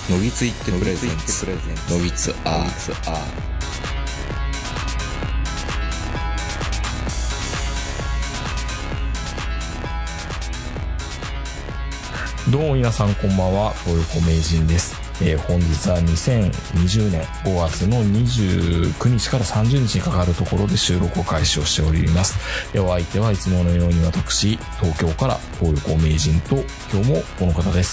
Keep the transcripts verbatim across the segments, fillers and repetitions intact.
のぎついってプレゼンツのぎつアーどうも皆さんこんばんは、東横名人です。えー、本日はにせんにじゅうねんごがつのにじゅうくにちからさんじゅうにちにかかるところで収録を開始をしております。えー、お相手はいつものように私、東京から東横名人と、今日もこの方です。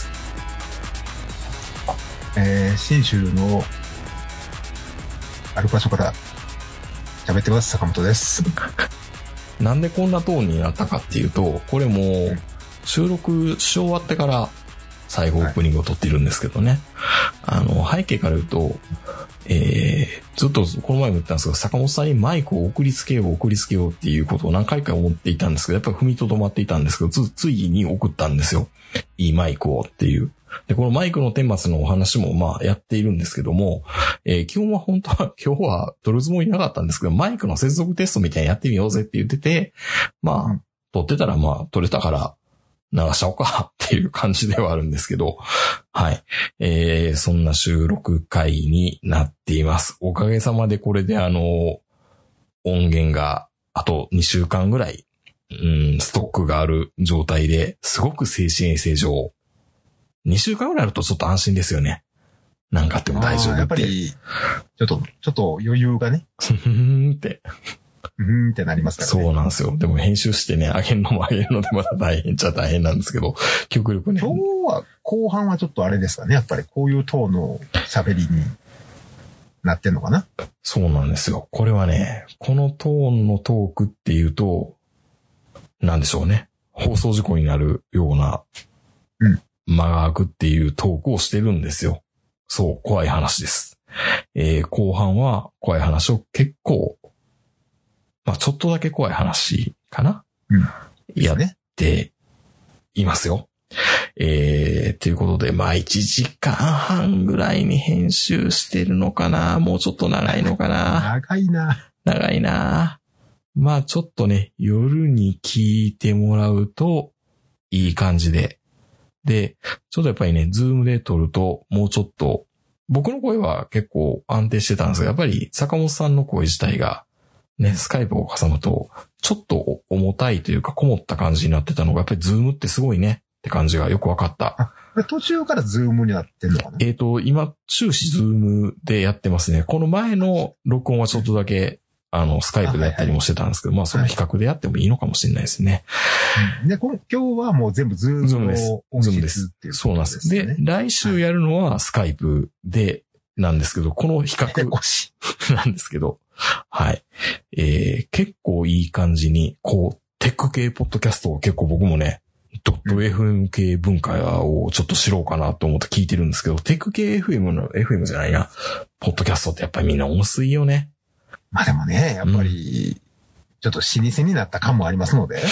えー、信州のある場所から喋ってます、坂本です。 なんでこんなトーンになったかっていうと、これもう収録し終わってから最後オープニングを撮っているんですけどね。はい、あの、背景から言うと、えー、ずっとこの前も言ったんですけど、坂本さんにマイクを送りつけよう、送りつけようっていうことを何回か思っていたんですけど、やっぱり踏みとどまっていたんですけど、つ、ついに送ったんですよ。いいマイクをっていう。で、このマイクの顛末のお話もまあやっているんですけども、えー、基本は本当は、今日は撮るつもりなかったんですけど、マイクの接続テストみたいにやってみようぜって言ってて、まあ、撮ってたらまあ撮れたから流しちゃおうかっていう感じではあるんですけど、はい。えー、そんな収録回になっています。おかげさまでこれであの、音源があとにしゅうかんぐらい、うん、ストックがある状態で、すごく精神衛生上、にしゅうかんぐらいあるとちょっと安心ですよね。なんかあっても大丈夫って。 やっぱり、ちょっと、ちょっと余裕がね。 ふふんって。 ふふんってなりますからね。 そうなんですよ。でも編集してね、上げるのも上げるのでまだ大変っちゃ大変なんですけど、極力ね。 今日は、後半はちょっとあれですかね。やっぱりこういうトーンの喋りになってんのかな。 そうなんですよ。これはね、このトーンのトークっていうと、なんでしょうね。放送事故になるような、 うん。 間が空くっていうトークをしてるんですよ。そう、怖い話です。えー、後半は怖い話を結構、まあちょっとだけ怖い話かな、 うん、 やっていますよ。えー、ということで、まあいちじかんはんぐらいに編集してるのかな、もうちょっと長いのかな。 長いな。 長いな。まあちょっとね、夜に聞いてもらうといい感じで。で、ちょっとやっぱりね、ズームで撮るともうちょっと、僕の声は結構安定してたんですが、やっぱり坂本さんの声自体がね、スカイプを挟むと、ちょっと重たいというかこもった感じになってたのが、やっぱりズームってすごいねって感じがよくわかった。 あ、これ途中からズームになってんのかな？ えっと、今、終始ズームでやってますね。この前の録音はちょっとだけ、あの、スカイプでやったりもしてたんですけど、はいはい、まあ、その比較でやってもいいのかもしれないですね。 はい、で、今日はもう全部ズームの音質っていう、 そうなんです。で、来週やるのはスカイプでなんですけど、この比較なんですけど、はい。えー、結構いい感じに、こう、テック系ポッドキャストを結構僕もね、ドット エフエム 系文化をちょっと知ろうかなと思って聞いてるんですけど、テック系 エフエム の、エフエム じゃないな、ポッドキャストってやっぱりみんな音質いいよね。 まあでもね、やっぱり、ちょっと老舗になった感もありますので。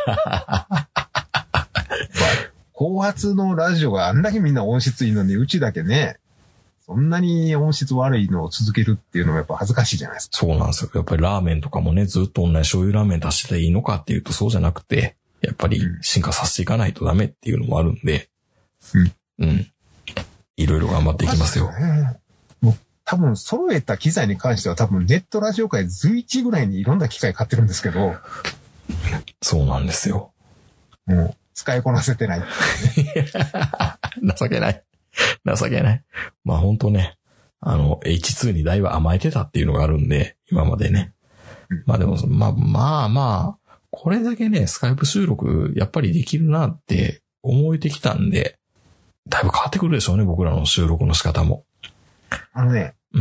後発のラジオがあんだけみんな音質いいのに、うちだけね、そんなに音質悪いのを続けるっていうのもやっぱ恥ずかしいじゃないですか。 そうなんですよ。やっぱりラーメンとかもね、ずっと同じ醤油ラーメン出してていいのかっていうとそうじゃなくて、やっぱり進化させていかないとダメっていうのもあるんで、 うん。 うん。いろいろ頑張っていきますよ。 多分揃えた機材に関しては多分ネットラジオ界随一ぐらいにいろんな機械買ってるんですけど。 そうなんですよ。 もう使いこなせてない、ね。 情けない。情けない。まあ本当ね、あの エイチツー にだいぶ甘えてたっていうのがあるんで、今までね。うん、まあでも、まあまあまあ、これだけね、スカイプ収録やっぱりできるなって思えてきたんで、だいぶ変わってくるでしょうね、僕らの収録の仕方も。 あのね、 うん、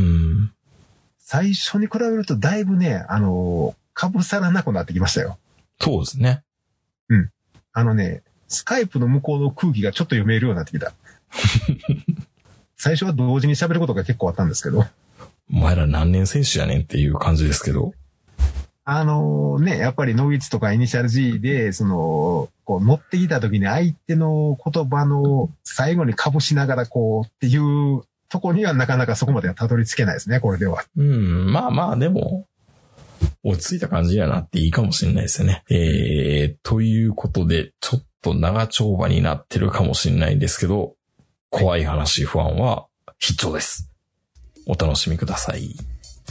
最初に比べるとだいぶね、あの、かぶさらなくなってきましたよ。 そうですね。 うん。あのね、スカイプの向こうの空気がちょっと読めるようになってきた。最初は同時に喋ることが結構あったんですけど。 お前ら何年選手やねんっていう感じですけど。 あのね、やっぱりノイツとかイニシャル G で、その、こう乗ってきた時に相手の言葉の最後に被しながらこうっていうとこにはなかなかそこまではたどり着けないですね、これでは。 うん、まあまあでも、落ち着いた感じやなっていいかもしれないですよね。えー、ということで、ちょっと長丁場になってるかもしれないんですけど、怖い話不安は必聴です。お楽しみください。 はい。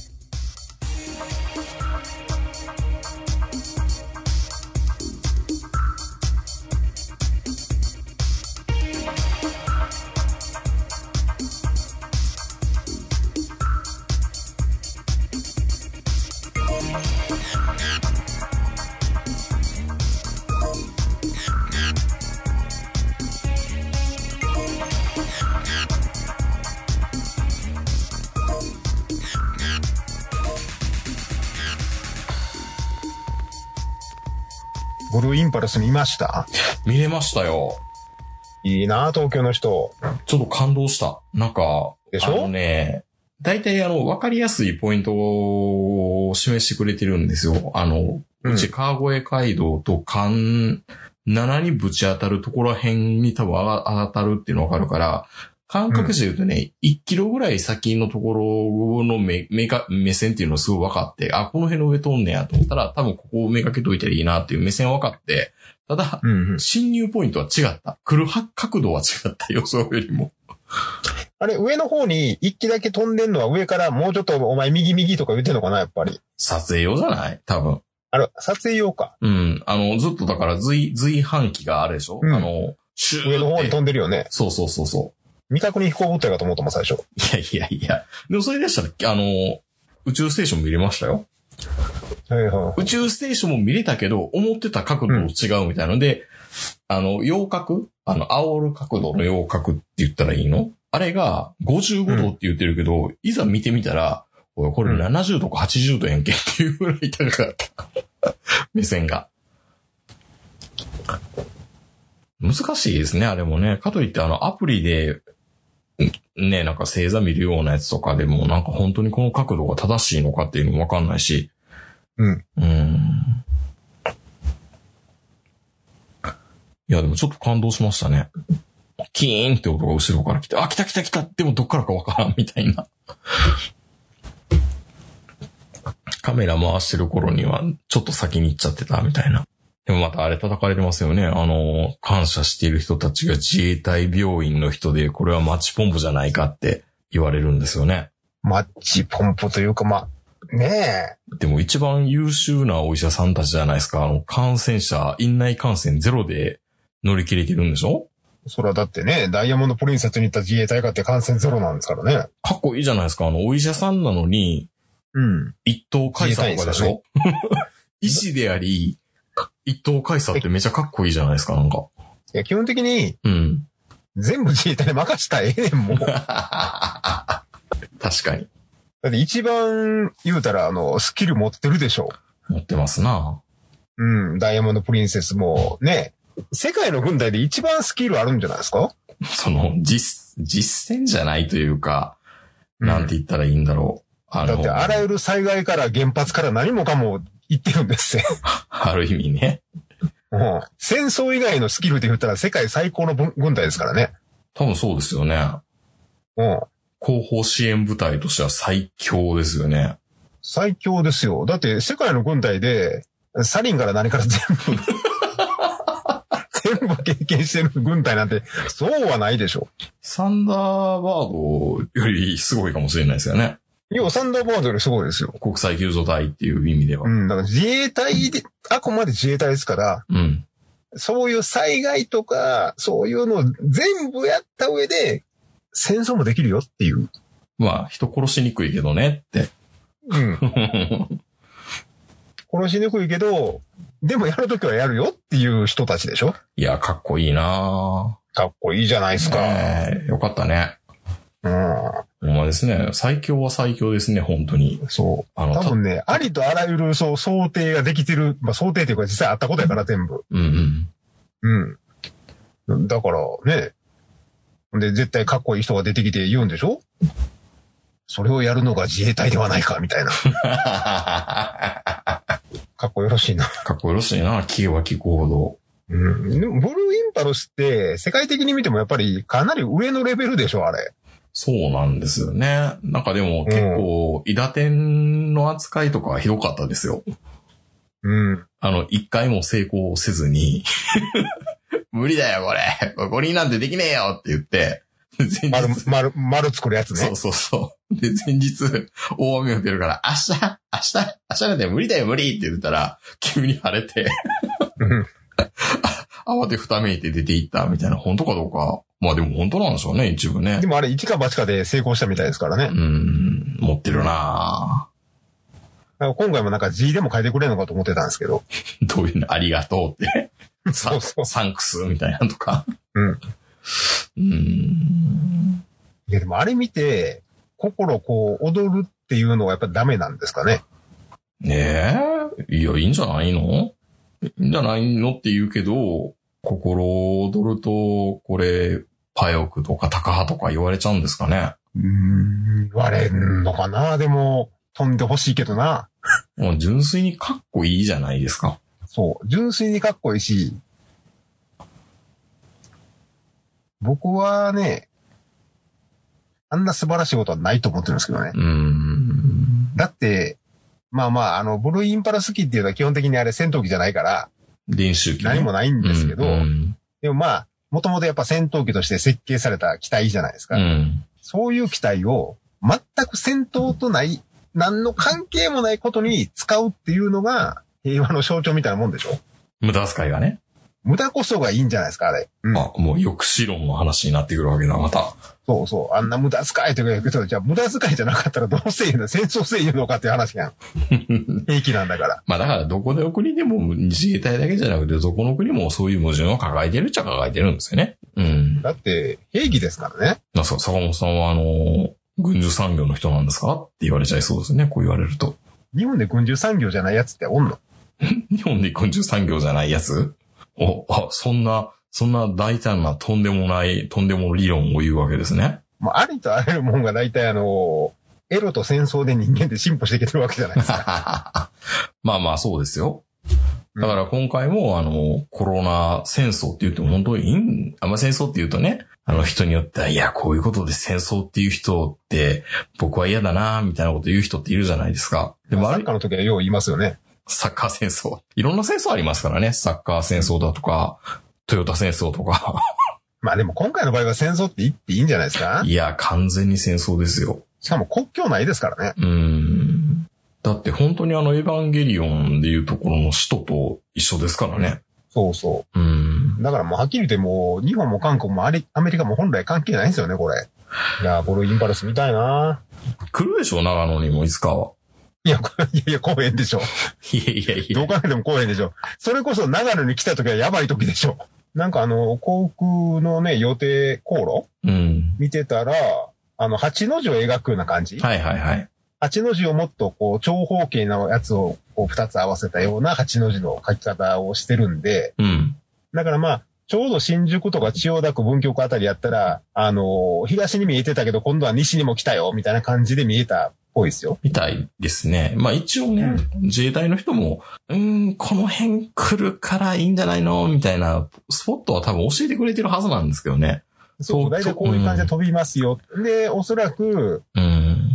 ブルーインパルス見ました？ 見れましたよ。 いいな、東京の人。 ちょっと感動した。なんか、 でしょ？ あのね、大体あの、わかりやすいポイントを示してくれてるんですよ。あの、うち川越街道と環ななにぶち当たるところら辺に多分当たるっていうのわかるから、感覚値で言うとね、いちキロぐらい先のところの目、目か、目線っていうのをすごい分かって、あ、この辺の上通んねやと思ったら、多分ここをめがけといたらいいなっていう目線は分かって、ただ、うんうん、侵入ポイントは違った。来る角度は違った。予想よりも。 あれ、上の方に一機だけ飛んでんのは上からもうちょっとお前右右とか言ってんのかな、やっぱり。 撮影用じゃない？多分。 あれ、撮影用か。 うん。あの、ずっとだから随、随半機があれでしょ、うん、あの、 シュー上の方に飛んでるよね。 そうそうそうそう。 未確認飛行物体かと思ったもん、最初。 いやいやいや。でもそれでしたら、あの、宇宙ステーション見れましたよ。 はいはい。 宇宙ステーションも見れたけど、思ってた角度と違うみたいなので、うん、あの、陽角あの、煽る角度の陽角って言ったらいいの？あれがごじゅうごどって言ってるけど、うん、いざ見てみたら、おい、これななじゅうどかはちじゅうどやんけっていうぐらい高かった。目線が。難しいですね、あれもね。かといって、あの、アプリで、ね、なんか星座見るようなやつとかでも、なんか本当にこの角度が正しいのかっていうのもわかんないし。 うん。 うん。いや、でもちょっと感動しましたね。キーンって音が後ろから来て、あ、来た来た来たでもどっからかわからんみたいな。カメラ回してる頃にはちょっと先に行っちゃってたみたいな。でもまたあれ叩かれてますよね。あの、感謝している人たちが自衛隊病院の人で、これはマッチポンプじゃないかって言われるんですよね。 マッチポンプというか、まあ、ねえ。でも一番優秀なお医者さんたちじゃないですか。あの、感染者、院内感染ゼロで乗り切れてるんでしょ？ それはだってね、ダイヤモンドプリンセスに行った自衛隊かって感染ゼロなんですからね。 かっこいいじゃないですか。あの、お医者さんなのに、 うん。 一等海佐とかでしょ？医師であり、一等海佐ってめちゃかっこいいじゃないですか、なんか。 いや、基本的に、 うん。 全部自衛隊に任したらええねん、もう。確かに。 だって一番言うたら、あの、スキル持ってるでしょ。 持ってますな。 うん、ダイヤモンドプリンセスも、ね、世界の軍隊で一番スキルあるんじゃないですか？ その、実、実践じゃないというか、なんて言ったらいいんだろう。 あのだって、あらゆる災害から原発から何もかも言ってるんですよ。 ある意味ね。 うん。戦争以外のスキルで言ったら世界最高の軍隊ですからね。 多分そうですよね。 うん。 後方支援部隊としては最強ですよね。 最強ですよ。だって世界の軍隊で、サリンから何から全部、全部経験してる軍隊なんて、そうはないでしょ。 サンダーバードよりすごいかもしれないですよね。 いや、サンダーバードよりすごいですよ。 国際救助隊っていう意味では。 うん、だから自衛隊で、あくまで自衛隊ですから、 うん。 そういう災害とか、そういうのを全部やった上で、戦争もできるよっていう。 まあ、人殺しにくいけどねって。 うん。殺しにくいけど、でもやるときはやるよっていう人たちでしょ？ いや、かっこいいなぁ。かっこいいじゃないですか。 ね、よかったね。 うん。 ほんまですね。最強は最強ですね、本当に。 そう。あの、多分ね、ありとあらゆる、そう、想定ができてる、まあ、想定っていうか実際あったことやから全部。 うんうん。うん。だから、ね。で、絶対かっこいい人が出てきて言うんでしょ？それをやるのが自衛隊ではないか、みたいな。かっこよろしいな。 かっこよろしいな、聞けば聞くほど。 うん。でも、ブルーインパルスって、世界的に見てもやっぱりかなり上のレベルでしょ、あれ。 そうなんですよね。なんかでも結構、イダテンの扱いとかはひどかったですよ。 うん。 あの、一回も成功せずに、無理だよ、これ。五輪なんてできねえよって言って、 丸、丸、丸作るやつね。 そうそうそう。で、前日、大雨が降ってるから、明日、明日、明日なんて無理だよ無理って言ったら、急に晴れて、慌てふためいて出て行ったみたいな、本当かどうか。まあでも本当なんでしょうね、一部ね。 でもあれ一か八かで成功したみたいですからね。 うん、持ってるなぁ。今回もなんか G でも書いてくれるのかと思ってたんですけど。 どういうのありがとうって。 そうそう。 サンクスみたいなのとか。 うん。 うーん。 いやでもあれ見て、心こう踊るっていうのはやっぱダメなんですかね。 ねえ。いや、いいんじゃないのいいんじゃないのって言うけど、心躍ると、これ、パヨクとかタカハとか言われちゃうんですかね。 うーん、言われんのかな。でも、飛んでほしいけどな。 もう純粋にかっこいいじゃないですか。 そう。純粋にかっこいいし、僕はね、あんな素晴らしいことはないと思ってるんですけどね。 うーん。 だって、まあまあ、あの、ブルーインパルス機っていうのは基本的にあれ戦闘機じゃないから、 練習機、ね。 何もないんですけど、 うんうん、 でもまあ、もともとやっぱ戦闘機として設計された機体じゃないですか。 うん、 そういう機体を全く戦闘とない、何の関係もないことに使うっていうのが平和の象徴みたいなもんでしょ？ 無駄遣いがね。 無駄こそがいいんじゃないですか、あれ。うん、 あ、もう抑止論の話になってくるわけだ、また。 そうそう。あんな無駄遣いとか言うけど、じゃあ無駄遣いじゃなかったらどうせいいの？戦争せいいのかっていう話やん。兵器なんだから。 まあだからどこの国でも自衛隊だけじゃなくてどこの国もそういう矛盾を抱えてるっちゃ抱えてるんですよね。うん。 だって兵器ですからね。 なんか坂本さんはあの、軍需産業の人なんですかって言われちゃいそうですね。こう言われると。 日本で軍需産業じゃないやつっておんの？ 日本で軍需産業じゃないやつ？お、あ、そんな、そんな大胆なとんでもない、とんでも理論を言うわけですね。 まあ、ありとあらゆるもんが大体あの、エロと戦争で人間って進歩してきてるわけじゃないですか。 まあまあそうですよ。だから今回もあの、コロナ戦争って言っても本当にいいん、あんま戦争って言うとね、あの人によっては、いや、こういうことで戦争っていう人って僕は嫌だなみたいなこと言う人っているじゃないですか。 でもサッカーの時はよう言いますよね。 サッカー戦争。いろんな戦争ありますからね。サッカー戦争だとか、トヨタ戦争とか。 まあでも今回の場合は戦争って言っていいんじゃないですか？ いや、完全に戦争ですよ。 しかも国境ないですからね。 うーん。だって本当にあのエヴァンゲリオンでいうところの首都と一緒ですからね。 そうそう。 うん。 だからもうはっきり言ってもう日本も韓国もアメリカも本来関係ないんですよね、これ。いや、ブルーインパルス見たいな。 来るでしょ、長野にもいつかは。 いや、いやいや、公園でしょ。 いやいやいや。 どう考えても公園でしょ。それこそ長野に来た時はやばい時でしょ。なんかあの、航空のね、予定航路うん。見てたら、あの、八の字を描くような感じ。 はいはいはい。 八の字をもっとこう、長方形のやつをこう、二つ合わせたような八の字の書き方をしてるんで。うん。だからまあ、ちょうど新宿とか千代田区文京区あたりやったら、あの、東に見えてたけど今度は西にも来たよ、みたいな感じで見えたっぽいですよ。 みたいですね。まあ一応ね、うん、自衛隊の人も、うーん、この辺来るからいいんじゃないのみたいなスポットは多分教えてくれてるはずなんですけどね。 そう、大体こういう感じで飛びますよ。うん、で、おそらく、うん、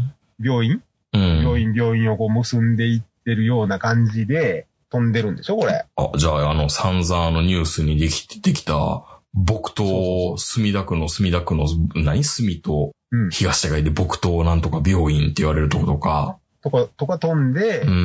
病院、うん、病院、病院をこう結んでいってるような感じで飛んでるんでしょ、これ。 あ、じゃあ、あの、散々のニュースにできて、できた、僕と、墨田区の墨田区の、何墨と、東手がいで僕となんとか病院って言われるとことか。 とか、とか飛んで、うん。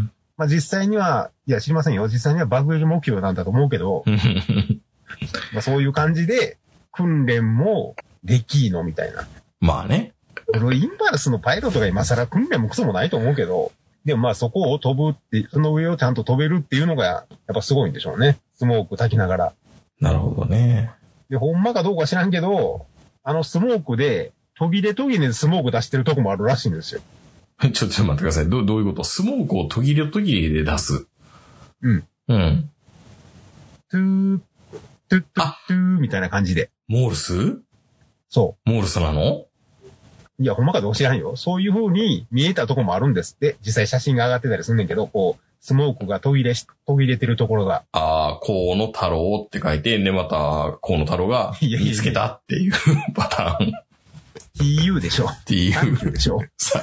まあ実際には、いや知りませんよ。実際には爆撃目標なんだと思うけど、まあそういう感じで、訓練もできーのみたいな。 まあね。 ブルーインパルスのパイロットが今更訓練もクソもないと思うけど、でもまあそこを飛ぶって、その上をちゃんと飛べるっていうのが、やっぱすごいんでしょうね。スモーク焚きながら。 なるほどね。 で、ほんまかどうか知らんけど、あのスモークで、途切れ途切れでスモーク出してるとこもあるらしいんですよ。 ちょっと待ってください。ど、どういうこと？スモークを途切れ途切れで出す。うん。うん。 トゥー、トゥットゥットゥーみたいな感じで。 モールス？ そう。 モールスなの？ いや、ほんまかどうか知らんよ。そういう風に見えたとこもあるんですって。実際写真が上がってたりすんねんけど、こう、スモークが途切れし、途切れてるところが。 ああ、河野太郎って書いて、で、また、河野太郎が見つけたっていうパターン。 ティーユー でしょ。 ティーユーでしょ。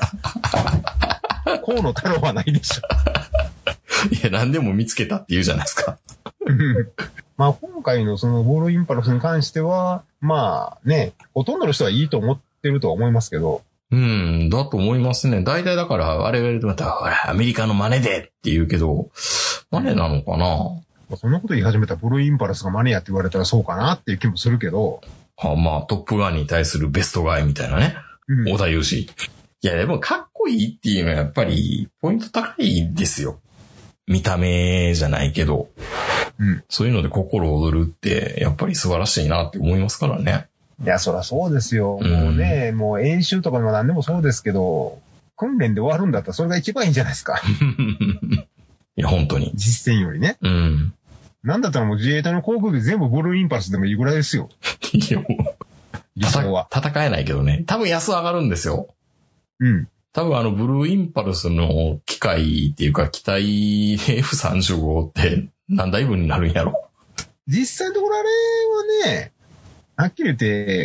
河野太郎はないでしょ。 いや、何でも見つけたって言うじゃないですか。 まあ、本今回のそのボールインパルスに関しては、まあね、ほとんどの人はいいと思ってるとは思いますけど。 うん、だと思いますね。大体だから、我々また、ほら、アメリカの真似でって言うけど、真似なのかな？ そんなこと言い始めたブルーインパルスが真似やって言われたらそうかなっていう気もするけど。 あまあ、トップガンに対するベストガイみたいなね。うん。小田裕二。いや、でもかっこいいっていうのはやっぱり、ポイント高いですよ。見た目じゃないけど。うん。そういうので心躍るって、やっぱり素晴らしいなって思いますからね。 いや、そらそうですよ。もうね、うん、もう演習とかも何でもそうですけど、訓練で終わるんだったらそれが一番いいんじゃないですか。 いや、本当に。 実践よりね。 うん。 なんだったらもう自衛隊の航空機全部ブルーインパルスでもいいぐらいですよ。いや、もう。理想は。 戦えないけどね。多分安上がるんですよ。 うん。 多分あの、ブルーインパルスの機械っていうか、機体 エフさんじゅうご って何台分になるんやろ。 実際のところあれはね、はっきり言って、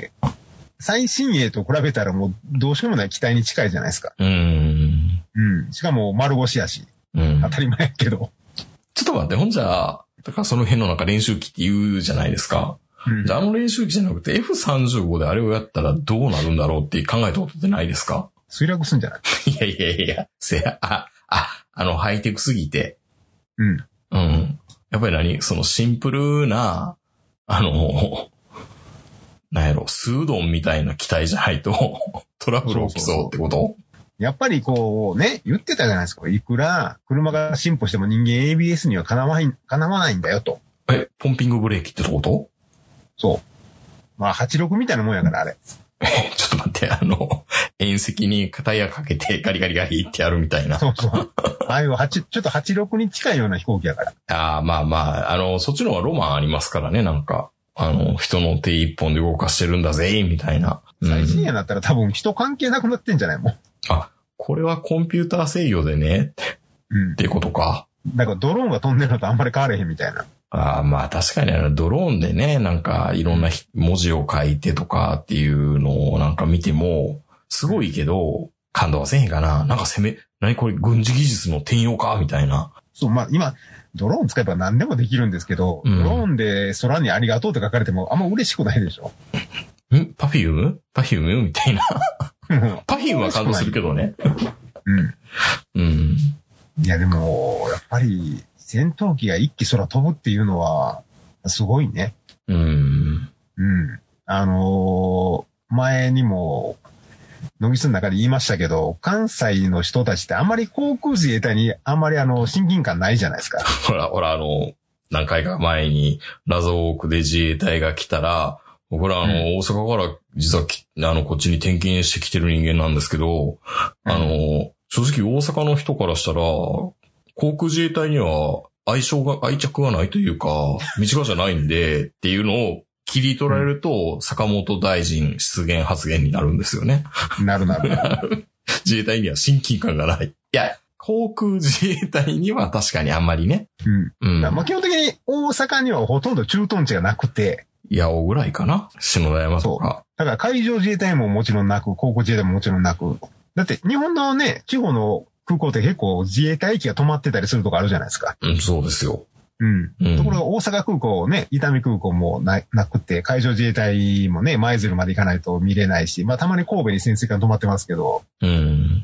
最新鋭と比べたらもうどうしようもない機体に近いじゃないですか。 うーん。 うん。しかも丸腰やし。うん。当たり前やけど。 ちょっと待って、ほんじゃ、だからその辺のなんか練習機って言うじゃないですか。うん、じゃああの練習機じゃなくて エフさんじゅうご であれをやったらどうなるんだろうって考えたことってないですか？ 墜落すんじゃない？ いやいやいや、せや、あ、あ、あのハイテクすぎて。 うん。 うん。やっぱり何そのシンプルな、あの、なんやろ、スードンみたいな機体じゃないとトラブル起きそうってこと？そうそうそう、 やっぱりこうね、言ってたじゃないですか。いくら車が進歩しても人間 エービーエス にはかなわない、かなわないんだよと。 え、ポンピングブレーキってこと？そう。 まあはちじゅうろくみたいなもんやからあれ。 え、ちょっと待って、あの、縁石にタイヤかけてガリガリガリってやるみたいな。 そうそう。ああいうはち、ちょっとはちじゅうろくに近いような飛行機やから。 ああ、まあまあ、あの、そっちの方がロマンありますからね、なんか。あの、人の手一本で動かしてるんだぜ、みたいな。 うん、最新鋭だったら多分人関係なくなってんじゃないもん。 あ、これはコンピューター制御でね、うん、っていうことか。 だからドローンが飛んでるのとあんまり変われへんみたいな。 ああ、まあ確かにあのドローンでね、なんかいろんな文字を書いてとかっていうのをなんか見ても、すごいけど、感動はせへんかな。なんか攻め、何これ軍事技術の転用かみたいな。 そう、まあ今、ドローン使えば何でもできるんですけど、うん、ドローンで空にありがとうって書かれてもあんま嬉しくないでしょ。 んパフュームパフュームみたいな。パフュームは感動するけどね。 うん。 うん。 いやでも、やっぱり戦闘機が一機空飛ぶっていうのは、すごいね。 うん。 うん。あのー、前にも、野木さんの中で言いましたけど、関西の人たちってあんまり航空自衛隊にあんまりあの、親近感ないじゃないですか。 ほら、ほら、あの、何回か前に、ラゾークで自衛隊が来たら、僕らあの、うん、大阪から実はあの、こっちに転勤してきてる人間なんですけど、うん、あの、正直大阪の人からしたら、航空自衛隊には愛称が、愛着がないというか、短じゃないんで、っていうのを切り取られると、坂本大臣失言発言になるんですよね。 なるなる。 自衛隊には親近感がない。いや、航空自衛隊には確かにあんまりね。 うん。うん。まあ、基本的に大阪にはほとんど駐屯地がなくて、 八尾ぐらいかな篠田山とか。 だから海上自衛隊ももちろんなく、航空自衛隊ももちろんなく。だって日本のね、地方の空港って結構自衛隊機が止まってたりするとこあるじゃないですか。 うん、そうですよ。 うん。うん、ところが大阪空港ね、伊丹空港もな、なくて、海上自衛隊もね、舞鶴まで行かないと見れないし、まあたまに神戸に潜水艦止まってますけど。 うん。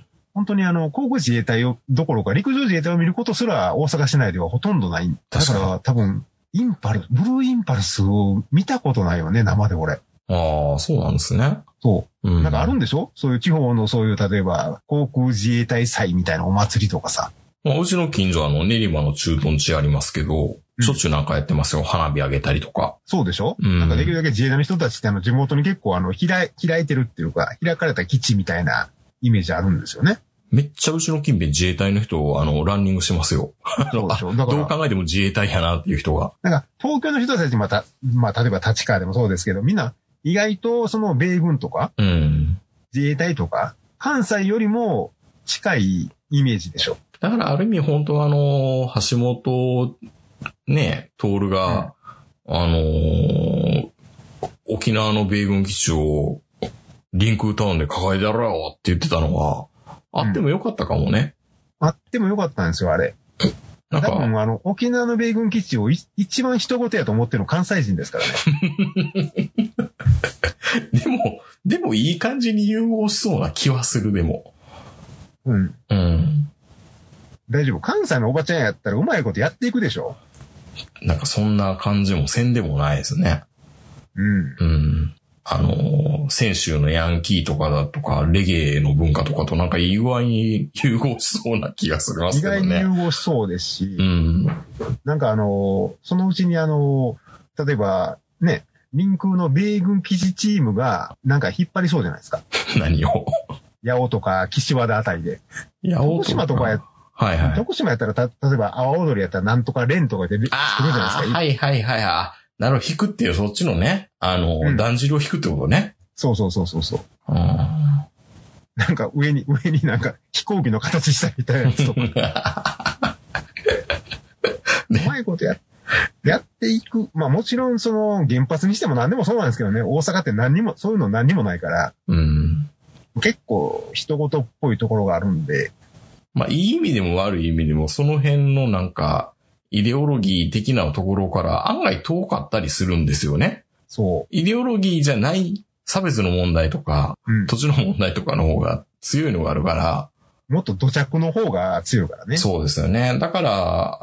本当にあの、航空自衛隊をどころか陸上自衛隊を見ることすら大阪市内ではほとんどない。だから多分、インパルス、ブルーインパルスを見たことないよね、生で俺。 ああ、そうなんですね。 そう。うん、なんかあるんでしょ？そういう地方のそういう、例えば、航空自衛隊祭みたいなお祭りとかさ。 まあ、うちの近所はあの、練馬の駐屯地ありますけど、うん、しょっちゅうなんかやってますよ。花火あげたりとか。 そうでしょ？ うん。 なんかできるだけ自衛隊の人たちってあの、地元に結構あの、開、開いてるっていうか、開かれた基地みたいなイメージあるんですよね。 めっちゃうちの近辺自衛隊の人、あの、ランニングしてますよ。 そうでしょ。だからどう考えても自衛隊やなっていう人が。 なんか、東京の人たちまた、まあ、例えば立川でもそうですけど、みんな、意外とその米軍とか、 うん、 自衛隊とか、関西よりも近いイメージでしょ。 だからある意味本当はあの、橋本、ね、徹が、うん、あのー、沖縄の米軍基地を、リンクタウンで抱えてやろうって言ってたのは、あってもよかったかもね。 うん、あってもよかったんですよ、あれ。 なんか、 多分あの、沖縄の米軍基地をい一番人事やと思ってるの関西人ですからね。 でも、でもいい感じに融合しそうな気はする、でも。 うん。 うん。 大丈夫。関西のおばちゃんやったらうまいことやっていくでしょ。 なんかそんな感じもせんでもないですね。 うん。 うん。あの、泉州のヤンキーとかだとか、レゲエの文化とかとなんかいい具合に融合しそうな気がするますけどね。 意外に融合しそうですし、 うん。 なんかあの、そのうちにあの、例えばね、民空の米軍基地チームがなんか引っ張りそうじゃないですか。 何を八尾とか岸和田あたりで。 八尾徳島とかや、 はいはい。 徳島やったらた、例えば阿波踊りやったらなんとか連とかで作るじゃないですか。 はいはいはいはい。なるほど、引くっていう、そっちのね、あの、うん、だんじりを引くってことね。 そうそうそうそうそう。 うん、 なんか上に、上になんか飛行機の形したみたいなやつとか。うまいことや、やっていく。まあもちろんその原発にしても何でもそうなんですけどね、大阪って何にも、そういうの何にもないから、 うん、 結構人事っぽいところがあるんで。 まあいい意味でも悪い意味でも、その辺のなんか、イデオロギー的なところから案外遠かったりするんですよね。 そう。 イデオロギーじゃない差別の問題とか、うん、土地の問題とかの方が強いのがあるから。 もっと土着の方が強いからね。 そうですよね。だから、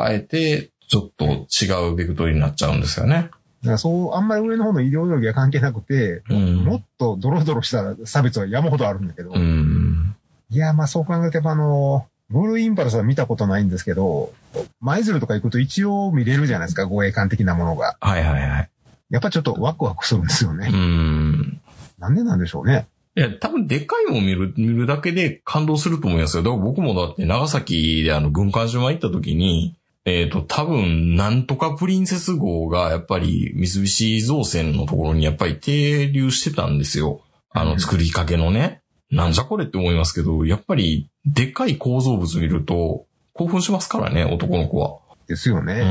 あえてちょっと違うベクトルになっちゃうんですよね。だからそう、あんまり上の方のイデオロギーは関係なくて、うん、もっとドロドロした差別は山ほどあるんだけど。うん、いや、まあそう考えてばあの、ブルーインパルスは見たことないんですけど、舞鶴とか行くと一応見れるじゃないですか、護衛艦的なものが。はいはいはい。やっぱちょっとワクワクするんですよね。うん。なんでなんでしょうね。 いや、多分でっかいものを見る、見るだけで感動すると思いますよ。だから僕もだって長崎であの軍艦島行った時に、えっと、多分なんとかプリンセス号がやっぱり三菱造船のところにやっぱり停留してたんですよ。あの作りかけのね。うん、なんじゃこれって思いますけど、やっぱりでっかい構造物見ると興奮しますからね、男の子は。 ですよね。 うん。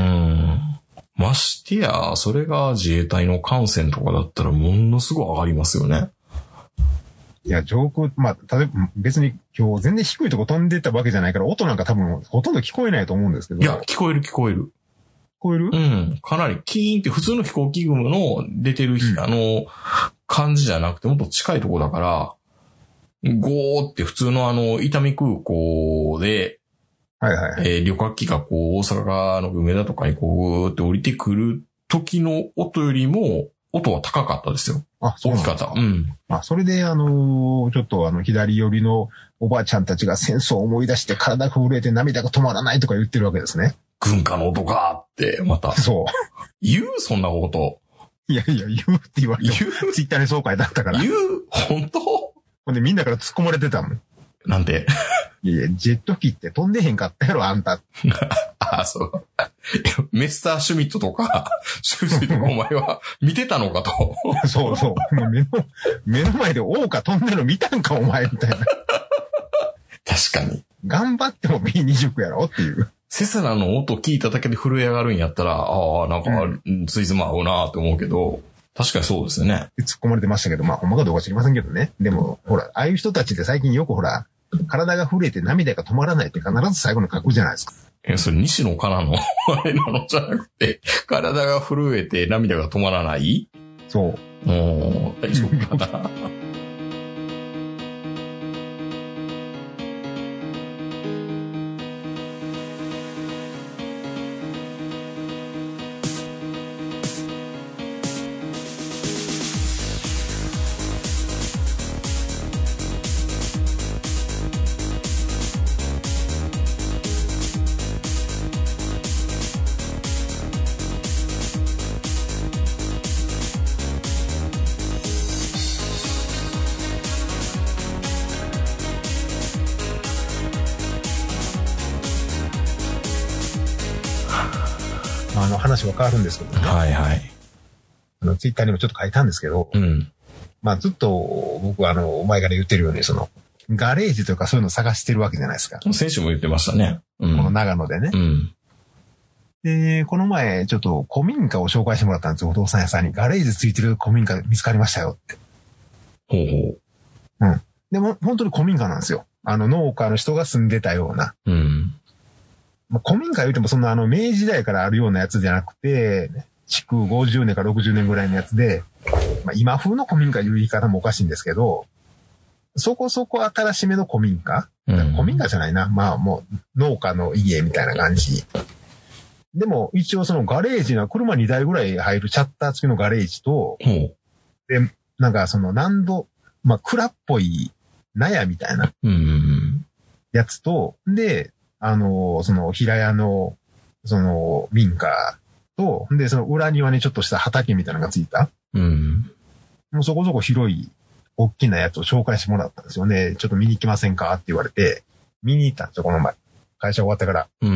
ましてや、それが自衛隊の艦船とかだったらものすごい上がりますよね。 いや、上空、まあ、例えば別に今日全然低いとこ飛んでたわけじゃないから、音なんか多分ほとんど聞こえないと思うんですけど。 いや、聞こえる聞こえる。聞こえる？ うん。かなりキーンって普通の飛行機雲の出てる、うん、あの、感じじゃなくてもっと近いとこだから、ゴーって普通のあの、伊丹空港で、 はいはいはい。 えー、旅客機がこう、大阪の梅田とかにこう、ぐーって降りてくる時の音よりも、音は高かったですよ。 あ、そうなんですか。 うん。 あ、それであのー、ちょっとあの、左寄りのおばあちゃんたちが戦争を思い出して体が震えて涙が止まらないとか言ってるわけですね。 軍艦の音かって、また。 そう。 言うそんなこと。 いやいや、言うって言われても。言うツイッターにそう書いてあったから。 言う本当ほんでみんなから突っ込まれてたもん。 なんでいやいや、ジェット機って飛んでへんかったやろ、あんた。 ああ、そう。メスター・シュミットとか、シューズとかお前は見てたのかと。 そうそう。目の、目の前でオオカ飛んでるの見たんか、お前、みたいな。 確かに。 頑張っても ビーにじゅう やろっていう。 セスナの音聞いただけで震え上がるんやったら、ああ、なんか、うん、ついつま合うなって思うけど、確かにそうですよね。 突っ込まれてましたけど、まあ、ほんまかどうか知りませんけどね。でも、ほら、ああいう人たちって最近よくほら、体が震えて涙が止まらないって必ず最後に書くじゃないですか。 え、それ西野カナのあれなのじゃなくて、体が震えて涙が止まらない？ そう。 もう、大丈夫かな。 あの話は変わるんですけどね。 はいはい。 あのツイッターにもちょっと書いたんですけど、 うん、 まあずっと僕はあの前から言ってるようにそのガレージとかそういうのを探してるわけじゃないですか。 選手も言ってましたね。 うん、この長野でね。 うん、 でこの前ちょっと古民家を紹介してもらったんですよ。お父さん屋さんにガレージついてる古民家見つかりましたよって。 ほうほう。うん。でも本当に古民家なんですよ。あの農家の人が住んでたような。 うん。 まあ、古民家言うてもそんなあの明治時代からあるようなやつじゃなくて、築ごじゅうねんかろくじゅうねんぐらいのやつで、まあ、今風の古民家いう言い方もおかしいんですけど、そこそこ新しめの古民家、うん、古民家じゃないな。まあもう農家の家みたいな感じ。でも一応そのガレージには車にだいぐらい入るチャッター付きのガレージと、うん、で、なんかその何度、まあ蔵っぽい納屋みたいなやつと、うん、で、あの、その平屋のその民家と、で、その裏庭にちょっとした畑みたいなのがついた。うん。もうそこそこ広い、大きなやつを紹介してもらったんですよね。ちょっと見に行きませんかって言われて、見に行ったんですよ、この前。会社終わってから。うん。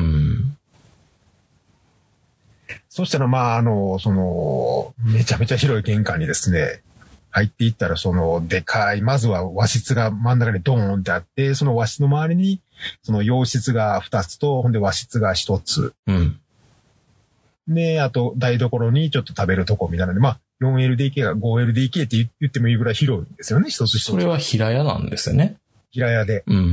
そしたら、まあ、あの、その、めちゃめちゃ広い玄関にですね、入っていったら、その、でかい、まずは和室が真ん中にドーンってあって、その和室の周りに、その洋室がふたつと、ほんで和室がひとつ。うん。で、あと、台所にちょっと食べるとこみたいなので、まあ、よんエルディーケー が ごエルディーケー って言ってもいいぐらい広いんですよね、一つ一つ。 それは平屋なんですよね。 平屋で。うん。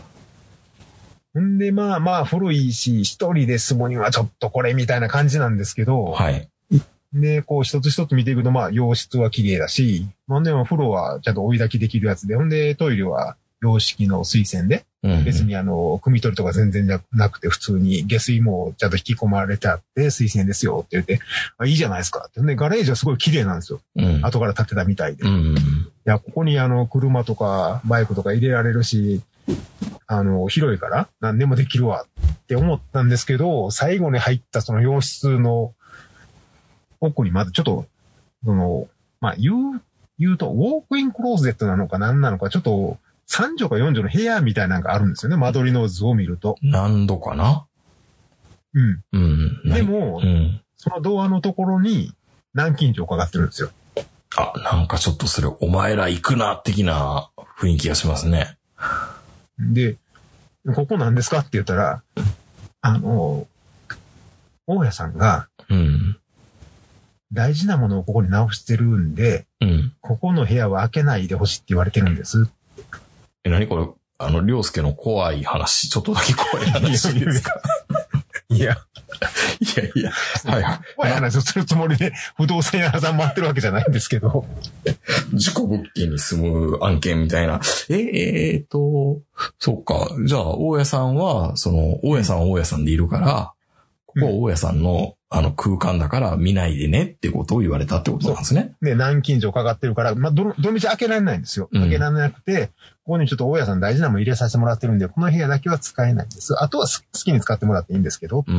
んで、まあまあ、古いし、一人で住むにはちょっとこれみたいな感じなんですけど、はい。で、こう一つ一つ見ていくと、まあ、洋室は綺麗だし、まあでも風呂はちゃんと追い焚きできるやつで、ほんで、トイレは洋式の水洗で、うん、別にあの、汲み取りとか全然なくて、普通に下水もちゃんと引き込まれてあって、水洗ですよって言って、あ、いいじゃないですかって。で、ガレージはすごい綺麗なんですよ。うん、後から建てたみたいで。うん、いや、ここにあの、車とかバイクとか入れられるし、あの、広いから何でもできるわって思ったんですけど、最後に入ったその洋室の奥にまずちょっと、その、まあ、言う、言うと、ウォークインクローゼットなのか何なのか、ちょっと、さん畳かよん畳の部屋みたいなのがあるんですよね。間取りの図を見ると。 何度かな？ うん。うん。でも、うん、そのドアのところに南京錠かかってるんですよ。 あ、なんかちょっとそれ、お前ら行くな、的な雰囲気がしますね。 で、ここなんですかって言ったら、あの、大家さんが、うん、大事なものをここに直してるんで、うん、ここの部屋は開けないでほしいって言われてるんです。 え、何これ、あの、凌介の怖い話、ちょっとだけ怖い話ですか？ いや。 いやいや、はい。 怖い話をするつもりで不動産屋さん回ってるわけじゃないんですけど。 事故物件に住む案件みたいな。えー、えーと、そうか。じゃあ、大家さんは、その、大家さんは大家さんでいるから、ここは大家さんの、あの空間だから見ないでねってことを言われたってことなんですね。 ね、南京錠かかってるから、まあ、ど、どの道開けられないんですよ。開けられなくて、うん、ここにちょっと大家さん大事なもの入れさせてもらってるんで、この部屋だけは使えないんです。あとは好きに使ってもらっていいんですけど。うん。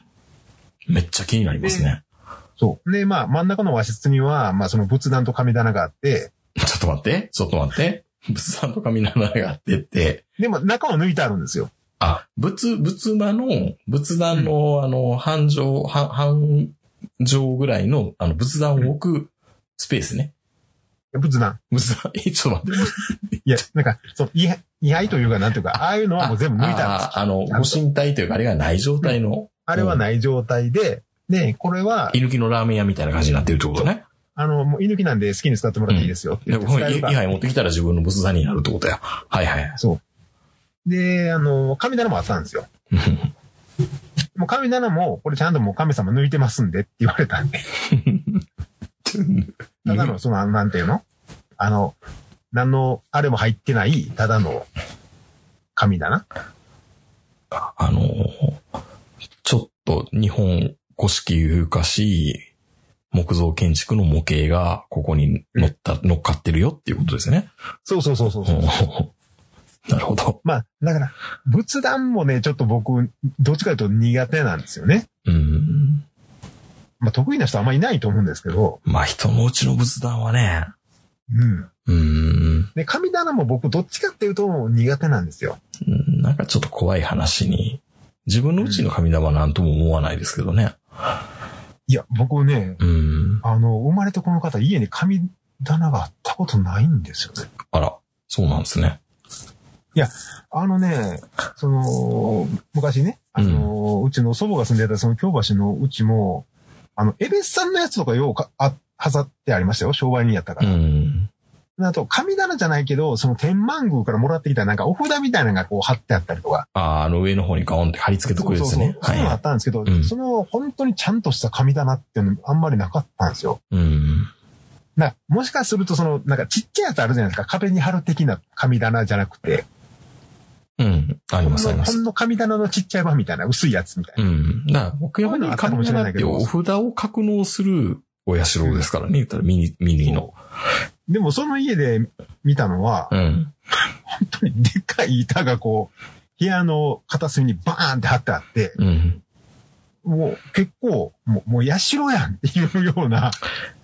めっちゃ気になりますね。 そう。で、まあ、真ん中の和室には、まあ、その仏壇と神棚があって、 ちょっと待って、ちょっと待って。仏壇と神棚があってって。 でも、中は抜いてあるんですよ。 あ、仏、仏間の、仏壇の、うん、あの、半畳、半、半畳ぐらいの、あの、仏壇を置くスペースね。 仏壇。 仏壇、え、ちょっと待って。 いや、なんか、そう、位牌というか、なんていうか、ああいうのはもう全部抜いてあるんです。 あ、あの、ご神体というか、あれがない状態の。うん、 あれはない状態で、で、これは。 居抜きのラーメン屋みたいな感じになってるってことね。 あの、もう居抜きなんで好きに使ってもらっていいですよ。 うん、でも、位牌持ってきたら自分の仏壇になるってことや。はいはい。 そう。で、あの、神棚もあったんですよ。もう神棚も、これちゃんともう神様抜いてますんでって言われたんで。ただの、その、なんていうの？あの、何の、あれも入ってない、ただの神棚？ あの、ちょっと日本古式有化し、木造建築の模型がここに乗った、うん、乗っかってるよっていうことですね。 そうそうそうそうそう。 なるほど。 まあ、だから、仏壇もね、ちょっと僕、どっちかというと苦手なんですよね。うん。まあ、得意な人あんまりいないと思うんですけど。 まあ、人のうちの仏壇はね。 うん。うん。で、神棚も僕、どっちかっていうと苦手なんですよ。 うん、なんかちょっと怖い話に。自分のうちの神棚はなんとも思わないですけどね。 いや、僕ね、うん、あの、生まれてこの方、家に神棚があったことないんですよね。 あら、そうなんですね。 いや、あのね、その、昔ね、あの、うん、うちの祖母が住んでたその京橋のうちも、あの、エベスさんのやつとかようか、あ、飾ってありましたよ。商売人やったから。うん、 あと、神棚じゃないけど、その天満宮からもらってきたなんかお札みたいなのがこう貼ってあったりとか。 ああ、あの上の方にガオンって貼り付けとくやつね。 そうそうそう。そういうのがあったんですけど、 はい、 その本当にちゃんとした神棚っていうのあんまりなかったんですよ。 うん。 な、もしかするとその、なんかちっちゃいやつあるじゃないですか。壁に貼る的な神棚じゃなくて。 うん。ありますあります。 ほんの神棚のちっちゃい版みたいな、薄いやつみたいな。 うん。だから、僕やっぱり神棚ってお札を格納するお社ですからね、言ったらミニ、ミニの。 でもその家で見たのは、うん、本当にでっかい板がこう、部屋の片隅にバーンって貼ってあって、うん、もう結構、もう、もう社やんっていうような、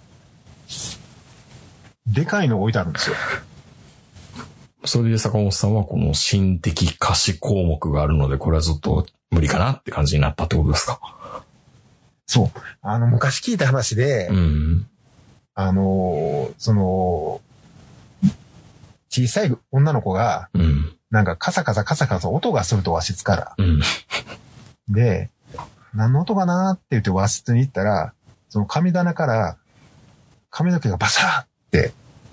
でかいの置いてあるんですよ。 それで坂本さんはこの心的可視項目があるので、これはずっと無理かなって感じになったってことですか？ そう。あの、昔聞いた話で、うん、あの、その、小さい女の子が、うん、なんかカサカサカサカサ音がすると和室から。うん、で、何の音かなって言って和室に行ったら、その神棚から髪の毛がバサーって、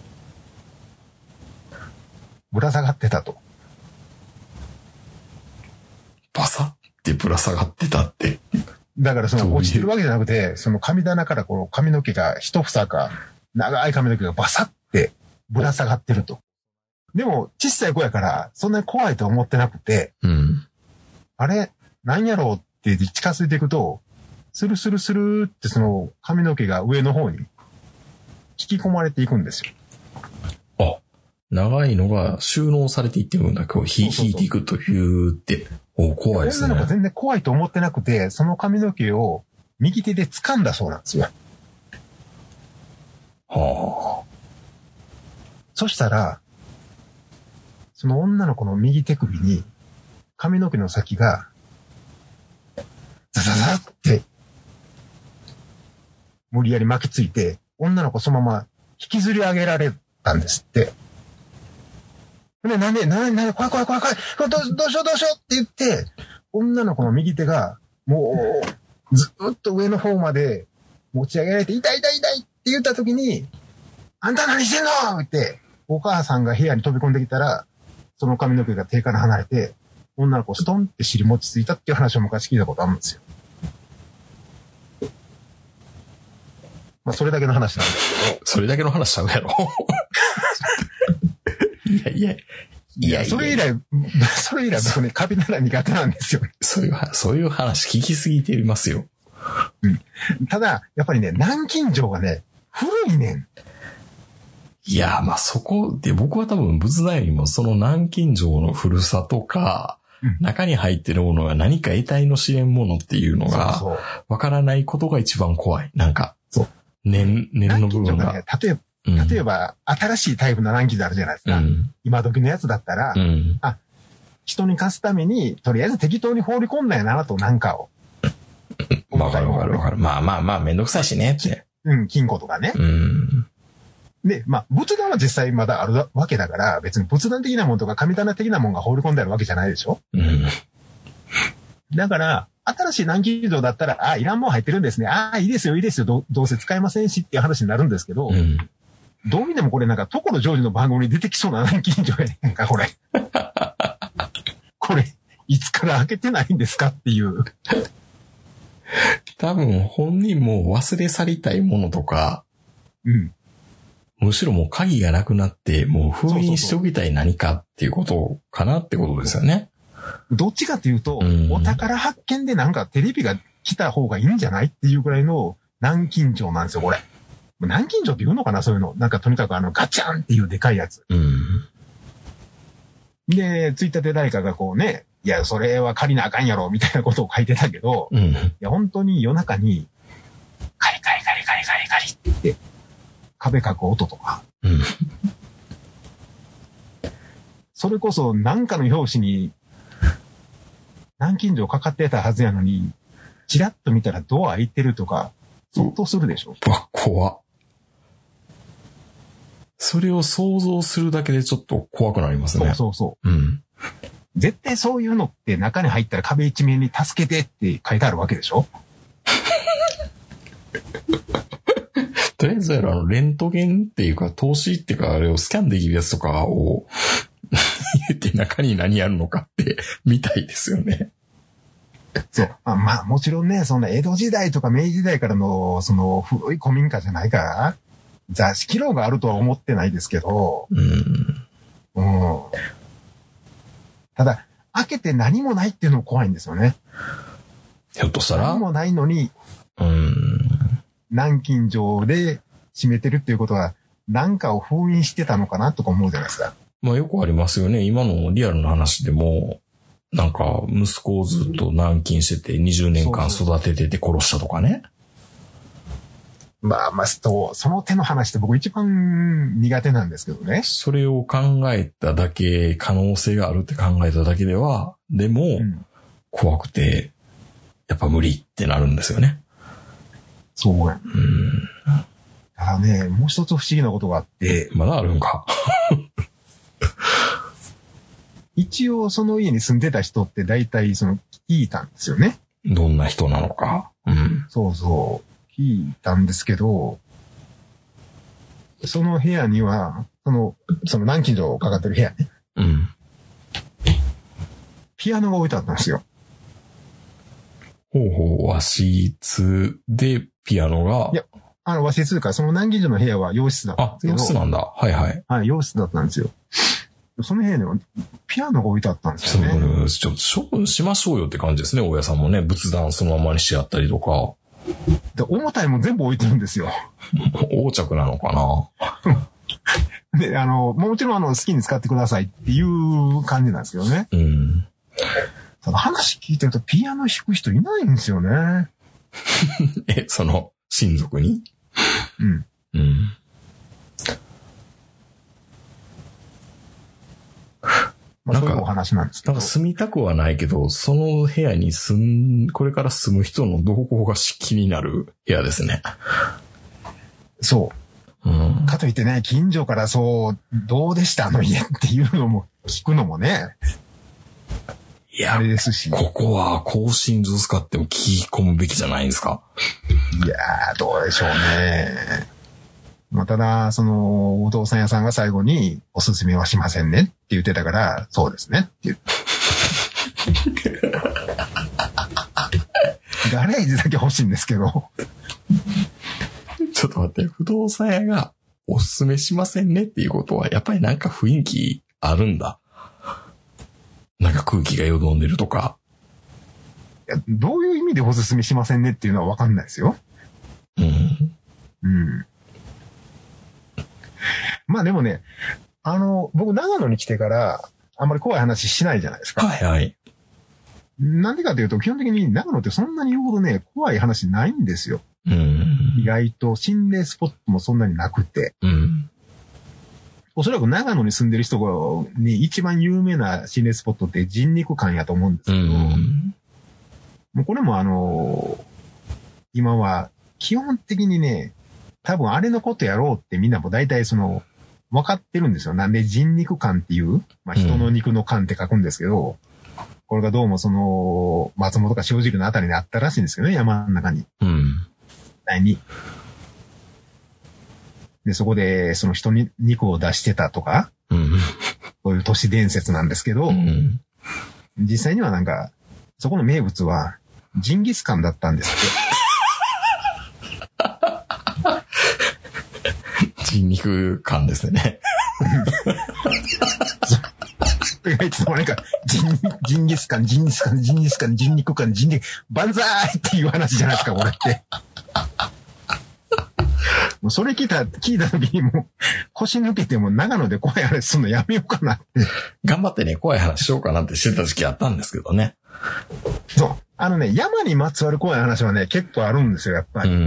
ぶら下がってたと。 バサってぶら下がってたって。 だからその落ちてるわけじゃなくて、その神棚からこの髪の毛が一房か、長い髪の毛がバサってぶら下がってると。でも小さい子やからそんなに怖いと思ってなくて、うん、あれ何やろうって近づいていくと、スルスルスルってその髪の毛が上の方に引き込まれていくんですよ。 あ、長いのが収納されていってるんだけど、引いていくというって、お、怖いですね。 女の子全然怖いと思ってなくて、その髪の毛を右手で掴んだそうなんですよ。はあ。そしたら、その女の子の右手首に髪の毛の先がザザザって無理やり巻きついて、女の子そのまま引きずり上げられたんですって。ね、なんで、なんで、なんで、怖い怖い怖い怖い、どう、どうしようどうしようって言って、女の子の右手が、もう、ずっと上の方まで持ち上げられて、痛い痛い痛いって言った時に、あんた何してんのって、お母さんが部屋に飛び込んできたら、その髪の毛が手から離れて、女の子ストンって尻餅ついたっていう話を昔聞いたことあるんですよ。まあ、それだけの話なんですけど。 それだけの話しちゃうやろ。いやいや。 いや、それ以来、それ以来僕ね、カビなら苦手なんですよ。 そういう、そういう話聞きすぎていますよ。 うん。ただ、やっぱりね、南京錠がね、古いねん。 いや、まあ、そこで僕は多分仏壇よりもその南京錠の古さとか、うん、中に入ってるものが何か得体の知れんものっていうのが、わからないことが一番怖い。なんか、そう。念、念の部分が。 ね、例えば、例えば、うん、新しいタイプの南京錠あるじゃないですか。うん、今時のやつだったら、うん、あ、人に貸すために、とりあえず適当に放り込んだやなと、なんかを。 わかるわかるわかる。まあまあまあ、めんどくさいしねって。 うん、金庫とかね。うん、で、まあ、仏壇は実際まだあるわけだから、別に仏壇的なものとか神棚的なものが放り込んであるわけじゃないでしょ。うん、だから、新しい南京錠だったら、あ、いらんもん入ってるんですね。あ、いいですよ、いいですよ。ど、どうせ使えませんしっていう話になるんですけど、うん、どう見てもこれなんか、所ジョージの番組に出てきそうな南京錠やねんか、これ。これ、いつから開けてないんですかっていう。 多分、本人も忘れ去りたいものとか、うん。むしろもう鍵がなくなって、もう封印しておきたい何かっていうことかなってことですよね。 どっちかというと、うん、お宝発見でなんかテレビが来た方がいいんじゃないっていうくらいの南京錠なんですよ、これ。南京錠って言うのかな、そういうの。なんかとにかくあのガチャンっていうでかいやつ。うん、で、ツイッターで誰かがこうね、いや、それは借りなあかんやろ、みたいなことを書いてたけど、うん、いや、本当に夜中に、カリカリカリカリカリカリって言って、壁かく音とか。うん、それこそなんかの表紙に、南京錠かかってたはずやのに、チラッと見たらドア開いてるとか、相当するでしょ。 うわ、怖っ。それを想像するだけでちょっと怖くなりますね。 そうそうそう。うん。絶対そういうのって中に入ったら壁一面に助けてって書いてあるわけでしょ。 とりあえずあの、レントゲンっていうか、透視っていうか、あれをスキャンできるやつとかを入れて中に何やるのかって見たいですよね。 そう。まあ、まあ、もちろんね、そんな江戸時代とか明治時代からの、その古い古民家じゃないから、座敷牢があるとは思ってないですけど、 うん。 うん。ただ、開けて何もないっていうのも怖いんですよね。 ひょっとしたら何もないのに、 うん。 南京錠で閉めてるっていうことは、何かを封印してたのかなとか思うじゃないですか。 まあよくありますよね。今のリアルな話でも、なんか息子をずっと軟禁しててにじゅうねんかん育ててて殺したとかね。 まあまあ、その手の話って僕一番苦手なんですけどね。 それを考えただけ、可能性があるって考えただけでは、でも、うん、怖くて、やっぱ無理ってなるんですよね。 そうや。うん。ただね、もう一つ不思議なことがあって。 まだあるんか。 一応その家に住んでた人って大体その聞いたんですよね。 どんな人なのか。うん。 そうそう。聞いたんですけど、その部屋には、その、その南京錠かかってる部屋ね。 うん。 ピアノが置いてあったんですよ。 ほうほう、和室でピアノが。 いや、あの和室というか、その南京錠の部屋は洋室だったんですけど。 あ、洋室なんだ。はいはい。 はい、洋室だったんですよ。その部屋にはピアノが置いてあったんですよね。 そう、ちょっと処分しましょうよって感じですね、大家さんもね。仏壇そのままにしあったりとか。 で、重たいも全部置いてるんですよ。 横着なのかなで、あの、もちろんあの、好きに使ってくださいっていう感じなんですけどね。 うん。 ただ話聞いてるとピアノ弾く人いないんですよね。 え、その、親族に？ うん。 うん。 まあ、そういうお話なんですけど。 なんか住みたくはないけど、その部屋に住ん、これから住む人の動向が気になる部屋ですね。 そう。 うん、 かといってね、近所からそう、どうでしたあの家っていうのも聞くのもね。 いや、 あれですし。 ここは更新図使っても聞き込むべきじゃないんですか？ いやー、どうでしょうね。まあ、ただ、その、お父さん屋さんが最後に、おすすめはしませんねって言ってたから、そうですねって言って。ガレージだけ欲しいんですけど。 ちょっと待って、不動産屋がおすすめしませんねっていうことは、やっぱりなんか雰囲気あるんだ。なんか空気がよどんでるとか。 いや、どういう意味でおすすめしませんねっていうのはわかんないですよ。 うん。 うん。まあでもね、あの、僕長野に来てから、あんまり怖い話しないじゃないですか。 はいはい。 なんでかというと、基本的に長野ってそんなに言うほどね、怖い話ないんですよ。 うん。 意外と心霊スポットもそんなになくて。 うん。 おそらく長野に住んでる人に一番有名な心霊スポットって人肉館やと思うんですけど、うん、もうこれもあの、今は基本的にね、多分あれのことやろうってみんなも大体その、分かってるんですよ。なんで人肉館っていう、まあ、人の肉の館って書くんですけど、うん、これがどうもその、松本か正直のあたりにあったらしいんですけどね、山の中に。 うん。 に。で、そこで、その人に肉を出してたとか、 うん、 そういう都市伝説なんですけど、 うん、 実際にはなんか、そこの名物は、ジンギスカンだったんですって。 人肉感ですね。 いつもなんか、ジン、ジンギスカン、ジンギスカン、ジンギスカン、ジン肉感、ジンギ、万歳っていう話じゃないですか、これって。もうそれ聞いた、聞いた時にもう、腰抜けても長野で怖い話するのやめようかなって。 頑張ってね、怖い話しようかなってしてた時期あったんですけどね。 そう。あのね、山にまつわる怖い話はね、結構あるんですよ、やっぱり。 うん。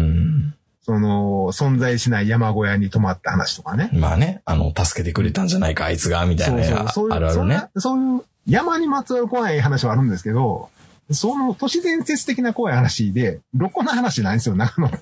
その、存在しない山小屋に泊まった話とかね。 まあね、あの、助けてくれたんじゃないか、あいつが、みたいな、そうそうそういうあるあるね。 そういう山にまつわる怖い話はあるんですけど、その都市伝説的な怖い話で、どこの話ないんですよ、長野って。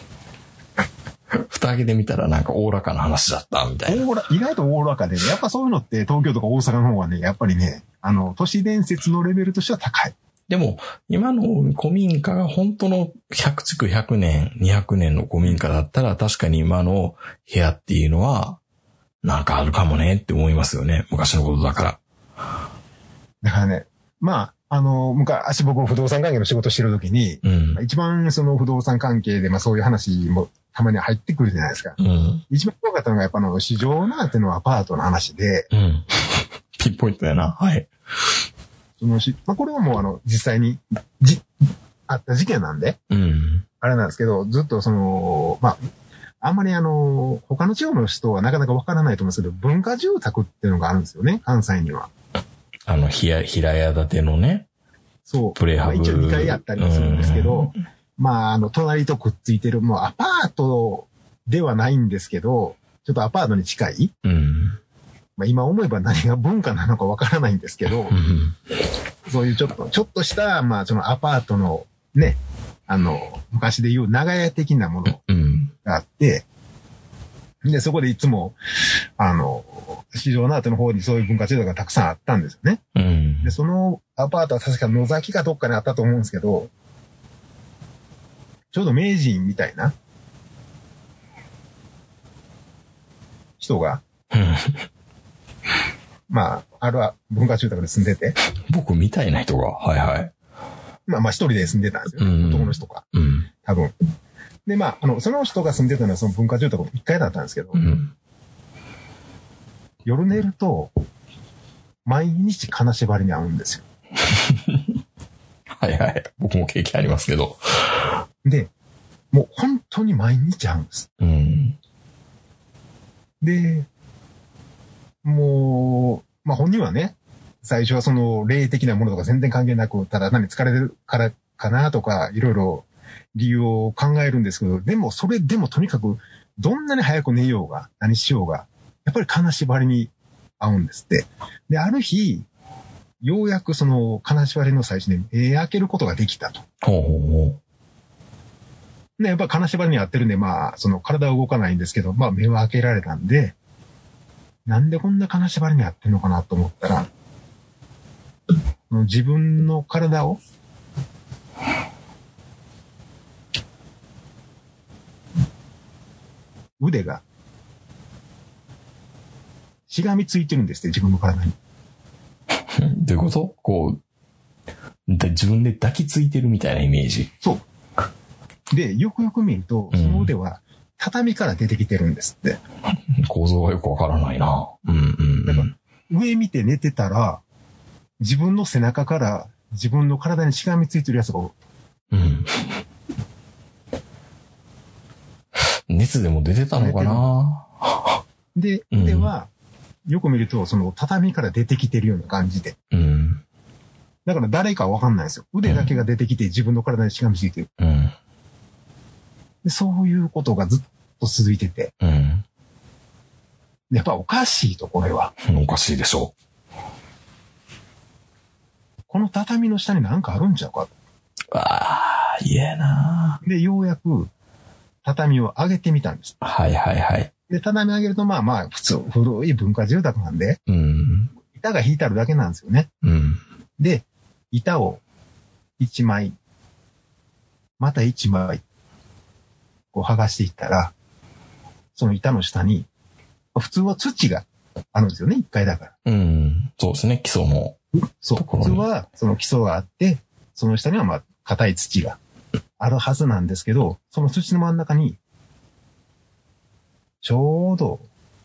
蓋開けてみたらなんか大らかな話だった、みたいな。 大ら、意外と大らかでね、やっぱそういうのって東京とか大阪の方がね、やっぱりね、あの、都市伝説のレベルとしては高い。 でも、今の古民家が本当のひゃく築ひゃくねん、にひゃくねんの古民家だったら、確かに今の部屋っていうのは、なんかあるかもねって思いますよね。昔のことだから。 だからね、まあ、あの、昔僕不動産関係の仕事してるときに、うん、一番その不動産関係で、まあそういう話もたまに入ってくるじゃないですか。うん、一番怖かったのがやっぱあの、市場なってのアパートの話で、うん、 ピンポイントやな。はい。 そのし、まあこれはもうあの、実際に、じ、あった事件なんで、うん、あれなんですけど、ずっとその、まあ、あんまりあの、他の地方の人はなかなかわからないと思うんですけど、文化住宅っていうのがあるんですよね、関西には。 あの、ひや、平屋建てのね。 そう。 プレハブ。 まあ、一応にかいあったりもするんですけど、まあ、あの、隣とくっついてる、もうアパートではないんですけど、ちょっとアパートに近い。うん。まあ、今思えば何が文化なのかわからないんですけど、うん、そういうちょっと、ちょっとした、まあ、そのアパートのね、あの、昔で言う長屋的なものがあって、うん、で、そこでいつも、あの、市場の後の方にそういう文化住宅がたくさんあったんですよね。うん、で、そのアパートは確か野崎かどっかにあったと思うんですけど、ちょうど明治院みたいな人が、まあ、あるは文化住宅で住んでて。 僕みたいな人が、はいはい。 まあまあ一人で住んでたんですよね。うん、男の人が。うん、多分。で、まあ、あの、その人が住んでたのはその文化住宅のいっかいだったんですけど、うん、夜寝ると、毎日金縛りに遭うんですよ。 はいはい。僕も経験ありますけど。 で、もう本当に毎日遭うんです。うん、で、もう、まあ本人はね、最初はその霊的なものとか全然関係なく、ただ何疲れてるからかなとか、いろいろ理由を考えるんですけど、でもそれでもとにかく、どんなに早く寝ようが、何しようが、やっぱり金縛りに遭うんですって。で、ある日、ようやくその金縛りの最初に目開けることができたと。ほうほうほう。で、やっぱ金縛りに遭ってるんで、まあ、その体は動かないんですけど、まあ目は開けられたんで、なんでこんな金縛りに遭ってるのかなと思ったら、自分の体を、腕が、しがみついてるんですって、自分の体に。 どういうこと？こう、自分で抱きついてるみたいなイメージ。 そう。で、よくよく見ると、その腕は畳から出てきてるんですって。 うん、構造がよくわからないな。うんうんうん。 だから上見て寝てたら、自分の背中から自分の体にしがみついてるやつがおる。うん。 熱でも出てたのかな。 で、腕は、よく見ると、その畳から出てきてるような感じで。うん。だから誰かわかんないですよ。腕だけが出てきて自分の体にしがみついてる。うん。で、そういうことがずっと続いてて。うん。やっぱおかしいと、これは。 おかしいでしょう。 この畳の下に何かあるんちゃうか。 ああ、嫌やな。 で、ようやく畳を上げてみたんです。 はいはいはい。 で、畳上げると、まあまあ、普通、古い文化住宅なんで、うん、板が引いてあるだけなんですよね。うん、で、板を一枚、また一枚、こう剥がしていったら、その板の下に、普通は土があるんですよね、一階だから。 うん、そうですね、基礎の。 そう、普通はその基礎があって、その下にはまあ、硬い土があるはずなんですけど、その土の真ん中に、ちょうど、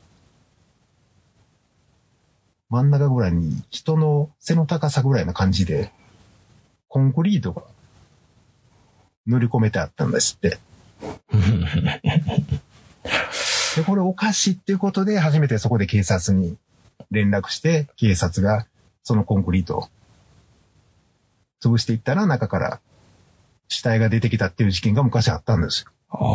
真ん中ぐらいに人の背の高さぐらいな感じで、コンクリートが塗り込めてあったんですって。で、これおかしいっていうことで、初めてそこで警察に連絡して、警察がそのコンクリートを潰していったら、中から死体が出てきたっていう事件が昔あったんですよ。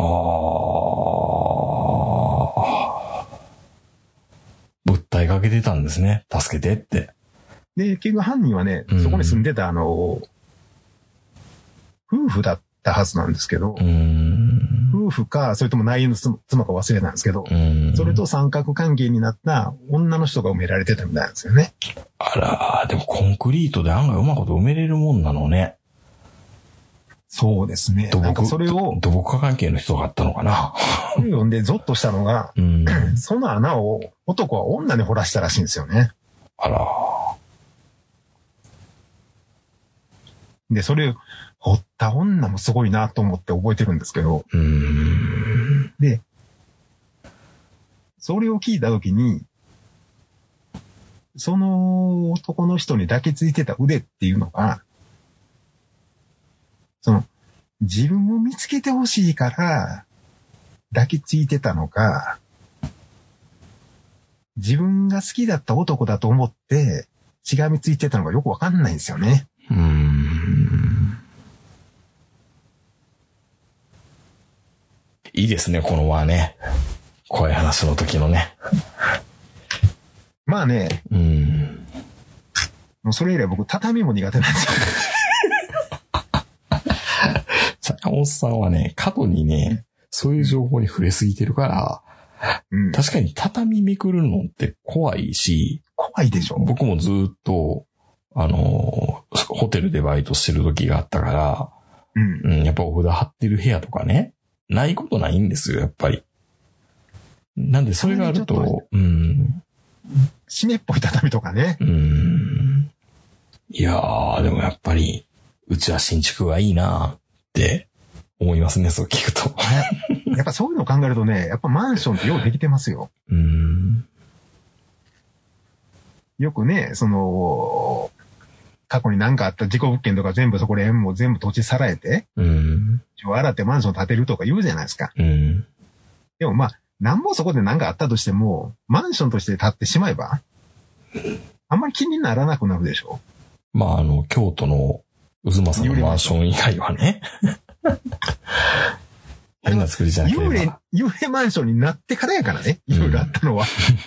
ああ。物体がけてたんですね。助けてって。 で、結局犯人はね、そこに住んでたあの、夫婦だったはずなんですけど、夫夫婦か、それとも内縁の妻か忘れたんですけど、それと三角関係になった女の人が埋められてたみたいなんですよね。 あら、でもコンクリートで案外うまいこと埋めれるもんなのね。 そうですね。なんかそれを。 土木家関係の人があったのかな。 読んでゾッとしたのが、うん、その穴を男は女に掘らしたらしいんですよね。 あら。 で、それ、掘った女もすごいなと思って覚えてるんですけど。 うーんで、それを聞いたときに、その男の人に抱きついてた腕っていうのが、その、自分を見つけてほしいから抱きついてたのか、自分が好きだった男だと思ってしがみついてたのかよくわかんないんですよね。 うーんいいですね、このはね。怖い話の時のね。 まあね。 うん。 もうそれ以来僕、畳も苦手なんですよ。 坂本さんはね、過去にね、そういう情報に触れすぎてるから、うん、確かに畳めくるのって怖いし、 怖いでしょ。 僕もずっと、あの、ホテルでバイトしてる時があったから、うん、うん、やっぱお札貼ってる部屋とかね、ないことないんですよ、やっぱり。なんでそれがあると、うん。 湿っぽい畳とかね。 うん。いやー、でもやっぱり、うちは新築がいいなって思いますね、そう聞くと。 やっぱそういうのを考えるとね、やっぱマンションってようできてますよ。 うん。 よくね、その、過去に何かあった事故物件とか全部そこら辺も全部土地さらえて、うん。洗ってマンション建てるとか言うじゃないですか。 うん。 でもまあ、なんもそこで何かあったとしても、マンションとして建ってしまえば、あんまり気にならなくなるでしょ。 まあ、あの、京都の渦政のマンション以外はね。変な作りじゃなくて。 幽霊、幽霊マンションになってからやからね。いろいろあったのは。うん、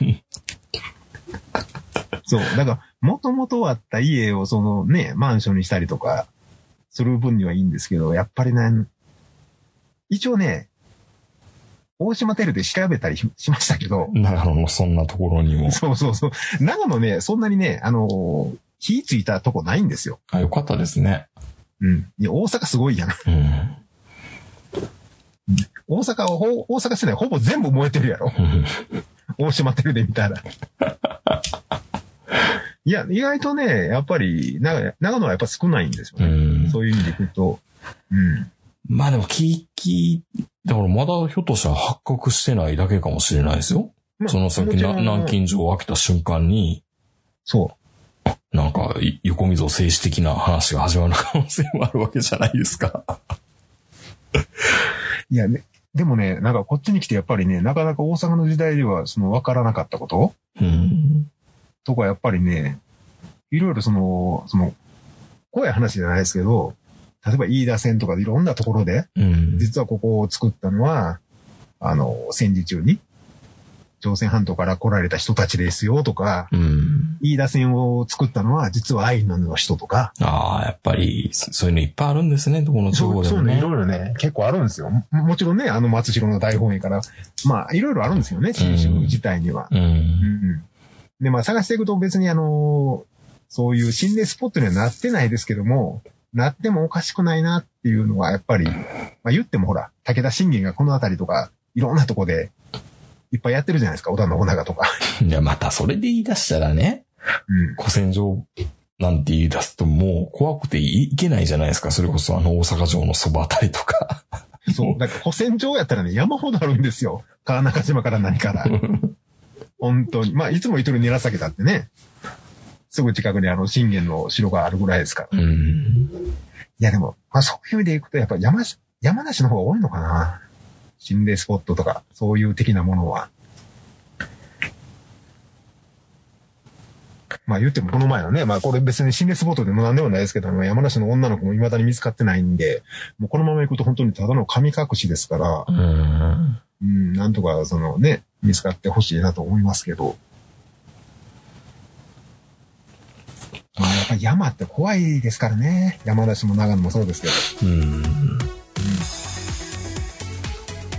そう。だから、もともとあった家をそのね、マンションにしたりとか、する分にはいいんですけど、やっぱりね、一応ね、大島テルで調べたりしましたけど。 長野のそんなところにも。 そうそうそう。長野ね、そんなにね、あの、火ついたとこないんですよ。 あ、よかったですね。 うん。いや、大阪すごいやん。うん。大阪は、大阪市内ほぼ全部燃えてるやろ。大島テルで見たら。いや、意外とね、やっぱり、長野はやっぱ少ないんですよね。うん、そういう意味でいくと。うん。 まあでも、キーキー、だからまだひょっとしたら発覚してないだけかもしれないですよ。まあ、その先な、南京錠を開けた瞬間に。 そう。 なんか、横溝政治的な話が始まる可能性もあるわけじゃないですか。 いやね、でもね、なんかこっちに来てやっぱりね、なかなか大阪の時代ではその分からなかったことうんとかやっぱりね、いろいろその、その、怖い話じゃないですけど、例えば飯田線とかいろんなところで、 うん、 実はここを作ったのは、あの、戦時中に、朝鮮半島から来られた人たちですよとか、 うん、 飯田線を作ったのは実はアイヌの人とか。 ああ、やっぱり、そういうのいっぱいあるんですね、どこの地方でもね。 そうね、いろいろね、結構あるんですよ。も, もちろんね、あの松代の大本営から、まあ、いろいろあるんですよね、新宿自体には。 うん。うんうん、で、まあ、探していくと別にあの、そういう心霊スポットにはなってないですけども、なってもおかしくないなっていうのは、やっぱり、まあ言ってもほら、武田信玄がこの辺りとか、いろんなとこで、いっぱいやってるじゃないですか、織田信長とか。 いや、またそれで言い出したらね、 うん。 古戦場なんて言い出すともう怖くていけないじゃないですか、それこそあの大阪城のそばあたりとか。 そう、だから古戦場やったらね、山ほどあるんですよ。川中島から何から。本当に。まあ、いつも言ってる韮崎だってね。すぐ近くにあの信玄の城があるぐらいですから。 うん。 いやでも、まあそういう意味でいくとやっぱ山、山梨の方が多いのかな。心霊スポットとか、そういう的なものは。まあ言ってもこの前のね、まあこれ別に心霊スポットでも何でもないですけど、山梨の女の子も未だに見つかってないんで、もうこのまま行くと本当にただの神隠しですから、 うん、 うん、なんとかそのね、見つかってほしいなと思いますけど。まあやっぱり山って怖いですからね。山梨も長野もそうですけど。 うん。うん、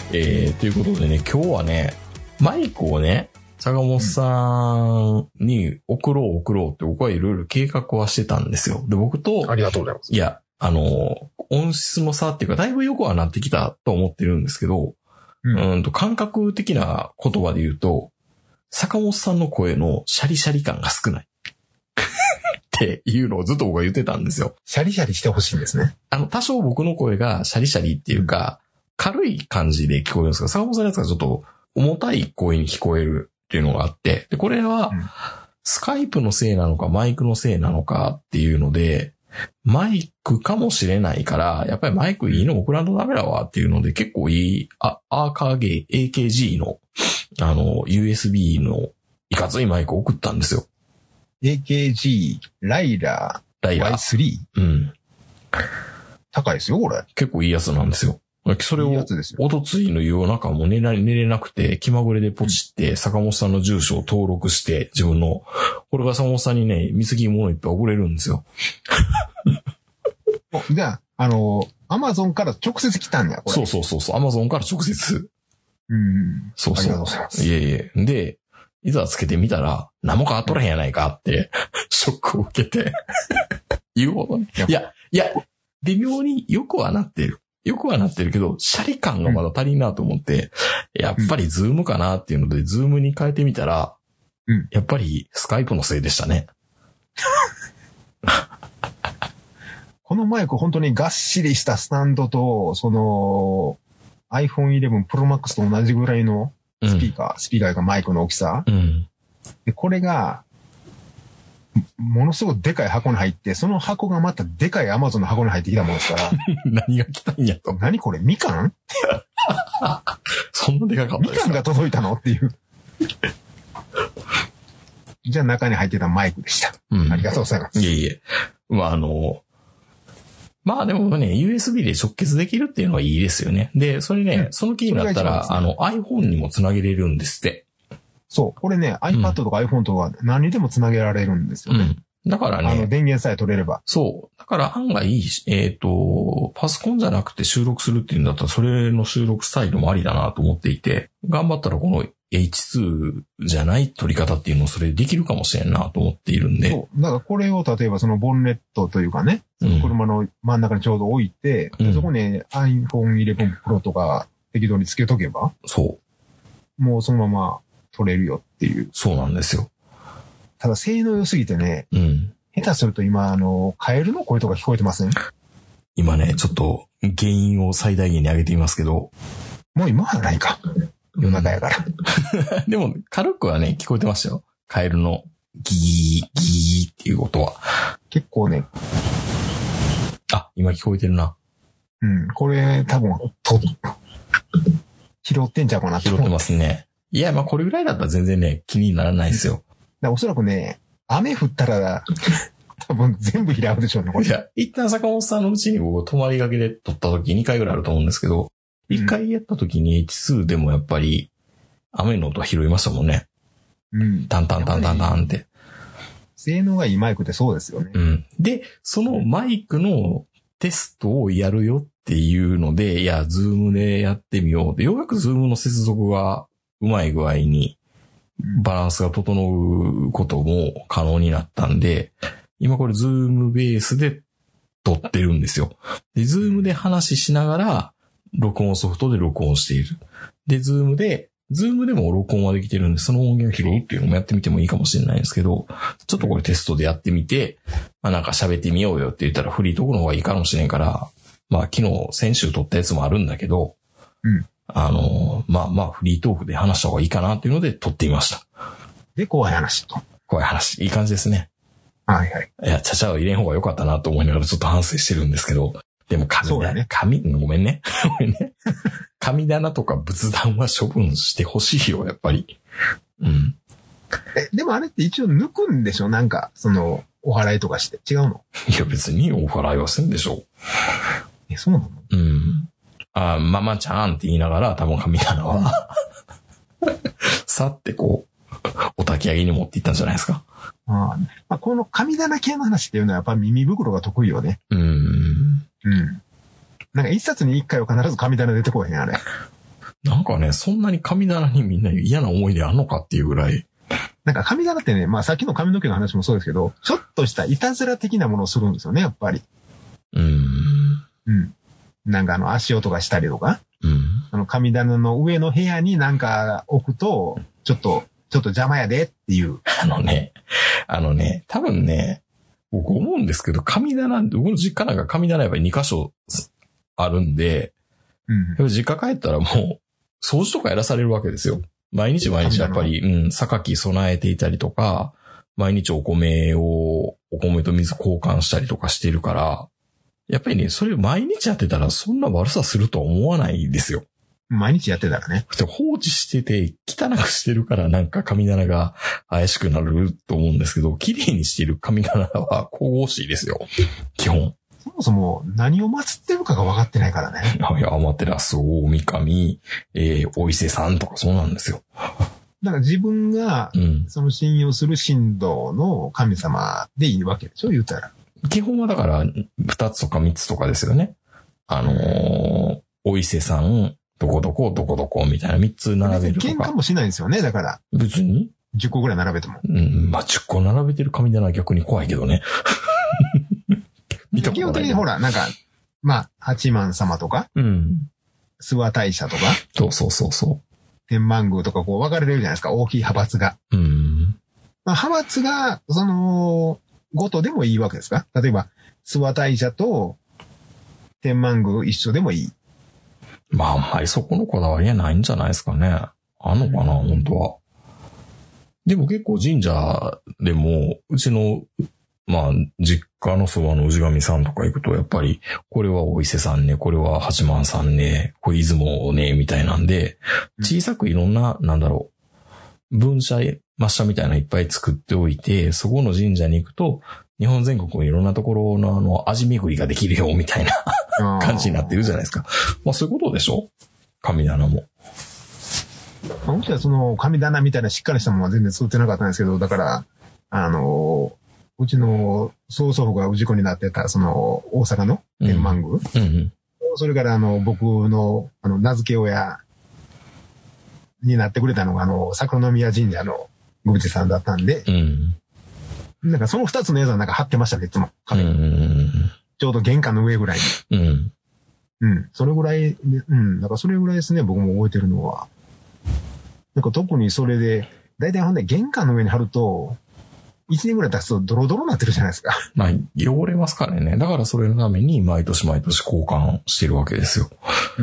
えー、ということでね、今日はね、マイクをね、坂本さんに送ろう送ろうって僕はいろいろ計画はしてたんですよ。で、僕と、 ありがとうございます。 いや、あの、音質の差っていうか、だいぶよくはなってきたと思ってるんですけど、うん、うんと感覚的な言葉で言うと、坂本さんの声のシャリシャリ感が少ない。っていうのをずっと僕は言ってたんですよ。 シャリシャリしてほしいんですね。 あの、多少僕の声がシャリシャリっていうか、うん、軽い感じで聞こえるんですけど、坂本さんのやつがちょっと重たい声に聞こえるっていうのがあって、で、これは、うん、スカイプのせいなのか、マイクのせいなのかっていうので、マイクかもしれないから、やっぱりマイクいいの送らんとダメだわっていうので、結構いい、あ、アーカーゲー、エーケージー の、あの、ユーエスビー のいかついマイクを送ったんですよ。 エーケージー、ライラー、ライラー ワイスリー。うん。高いですよ、これ。 結構いいやつなんですよ。それを、おとついの夜中も寝れ、寝れなくて、気まぐれでポチって、坂本さんの住所を登録して、自分の、これが坂本さんにね、見過ぎ物いっぱい送れるんですよ。 じゃあ、あの、アマゾンから直接来たんだよ、これ。 そうそうそうそう、アマゾンから直接。 うん。 そうそう。 ありがとうございます。 いえいえ。で、いざつけてみたら、何も変わっとらへんやないかって、ショックを受けて、言うほどね。いや、いや、微妙によくはなってる。よくはなってるけど、シャリ感がまだ足りんなと思って、うん、やっぱりズームかなっていうので、ズームに変えてみたら、うん、やっぱりスカイプのせいでしたね。 このマイク本当にがっしりしたスタンドと、その iPhone イレブン Pro Max と同じぐらいのスピーカー、うん、スピーカーがマイクの大きさ。うん、でこれが、ものすごいでかい箱に入って、その箱がまたでかい Amazon の箱に入ってきたもんですから。 何が来たんやと。 何これみかんそんなでかかったですか？ みかんが届いたのっていう。じゃあ中に入ってたマイクでした。うん、ありがとうございます。 いえいえ。まああの、まあでもね、ユーエスビー で直結できるっていうのはいいですよね。で、それね、うん、その気になったら、ね、あの iPhone にもつなげれるんですって。 そう。これね、iPad とか iPhone とか何にでもつなげられるんですよね。 うん、だからね。 あの、電源さえ取れれば。 そう。だから案外、えっと、パソコンじゃなくて収録するっていうんだったら、それの収録スタイルもありだなと思っていて、頑張ったらこの エイチツー じゃない撮り方っていうのをそれできるかもしれんなと思っているんで。 そう。だからこれを例えばそのボンネットというかね、その車の真ん中にちょうど置いて、うん、そこに iPhone イレブン Pro とか適当につけとけば。 そう。 もうそのまま撮れるよっていう。 そうなんですよ。 ただ性能良すぎてね、うん、下手すると今、あの、カエルの声とか聞こえてません？ 今ね、ちょっと原因を最大限に上げてみますけど。 もう今はないか。夜中やから。 うん、でも、軽くはね、聞こえてましたよ。カエルのギー、ギーっていう音は。 結構ね。 あ、今聞こえてるな。 うん、これ多分、と、拾ってんちゃうかなって。拾ってますね。いや、まあこれぐらいだったら全然ね、気にならないですよ。 だおそらくね、雨降ったら、多分全部拾うでしょうね、これ。 いや、一旦坂本さんのうちに僕泊まりがけで撮った時にかいぐらいあると思うんですけど、いっかいやった時に エイチツー でもやっぱり雨の音は拾いましたもんね。うん。タンタンタンタンタンって。 性能がいいマイクってそうですよね。 うん。で、そのマイクのテストをやるよっていうので、いや、ズームでやってみよう。で、ようやくズームの接続がうまい具合にバランスが整うことも可能になったんで、今これズームベースで撮ってるんですよ。で、ズームで話しながら、録音ソフトで録音している。で、ズームで、ズームでも録音はできてるんで、その音源を拾うっていうのもやってみてもいいかもしれないんですけど、ちょっとこれテストでやってみて、まあなんか喋ってみようよって言ったらフリートークの方がいいかもしれんから、まあ昨日、先週撮ったやつもあるんだけど、うん。あの、まあまあフリートークで話した方がいいかなっていうので撮ってみました。 で、怖い話と。 怖い話。いい感じですね。 はいはい。 いや、ちゃちゃを入れん方が良かったなと思いながらちょっと反省してるんですけど、でも紙だね。紙、ごめんね。ごめんね。紙棚とか仏壇は処分してほしいよ、やっぱり。うん。 え、でもあれって一応抜くんでしょ？なんか、その、お祓いとかして。違うの？ いや、別にお祓いはせんでしょ。 え、そうなの？ うん。あ、ママちゃんって言いながら、多分紙棚は、さってこう、お焚き上げに持っていったんじゃないですか。 あまあ、この神棚系の話っていうのはやっぱ耳袋が得意よね。 うーん。 うん。なんか一冊に一回は必ず神棚出てこへん、あれ。 なんかね、そんなに神棚にみんな嫌な思い出あんのかっていうぐらい。 なんか神棚ってね、まあさっきの髪の毛の話もそうですけど、ちょっとしたいたずら的なものをするんですよね、やっぱり。 うーん。 うん。なんかあの足音がしたりとか、 うん。 あの神棚の上の部屋になんか置くと、ちょっと、ちょっと邪魔やでっていう。 あのね、あのね、多分ね、僕思うんですけど、神棚、僕の実家なんか神棚やっぱりに箇所あるんで、 うん。 実家帰ったらもう、掃除とかやらされるわけですよ。毎日毎日やっぱり、うん、榊備えていたりとか、毎日お米を、お米と水交換したりとかしてるから、やっぱりね、それ毎日やってたらそんな悪さするとは思わないですよ。 毎日やってたらね。 放置してて汚くしてるからなんか神棚が怪しくなると思うんですけど、綺麗にしてる神棚は神々しいですよ。基本。 そもそも何を祀ってるかが分かってないからね。 いや、アマテラス、大神、えー、お伊勢さんとかそうなんですよ。 だから自分が、その信用する神道の神様でいいわけでしょ、言うたら。 基本はだから、二つとか三つとかですよね。あのー、お伊勢さん、どこどこ、どこどこみたいな三つ並べるとか。 喧嘩もしないんですよね、だから。 別にじゅっこぐらい並べても。 うん、まあ、じゅっこ並べてる神棚は逆に怖いけどね。見たことない。 基本的にほら、なんか、まあ、八幡様とか、 うん。 諏訪大社とか、 そうそうそうそう。 天満宮とかこう分かれるじゃないですか、大きい派閥が。 うん。 まあ、派閥が、その、ごとでもいいわけですか？例えば、諏訪大社と天満宮一緒でもいい。 まあ、あんまりそこのこだわりはないんじゃないですかね。あんのかな、本当は。でも結構神社でも、うちの、まあ、実家のそばの氏神さんとか行くと、やっぱり、これはお伊勢さんね、これは八幡さんね、これ出雲ね、みたいなんで、小さくいろんな、なんだろう、分社、末社みたいなのいっぱい作っておいて、そこの神社に行くと、日本全国のいろんなところのあの、味巡りができるよ、みたいな感じになってるじゃないですか。まあそういうことでしょ？神棚も。 まあ、うちはその神棚みたいなしっかりしたものは全然作ってなかったんですけど、だから、あの、うちの曽祖父が氏子になってた、その、大阪の天満宮。うんうんうん、それからあの、僕の、あの、名付け親になってくれたのが、あの、桜宮神社の宮司さんだったんで、うん、なんかその二つの絵はなんか貼ってましたね、いつも。壁に、うんうんうん。ちょうど玄関の上ぐらいに。うん。うん。それぐらい、うん。だからそれぐらいですね、僕も覚えてるのは。なんか特にそれで、だいたいほんで玄関の上に貼ると、一年ぐらい経つとドロドロになってるじゃないですか。 まあ、汚れますからね。だからそれのために毎年毎年交換してるわけですよ。 うん。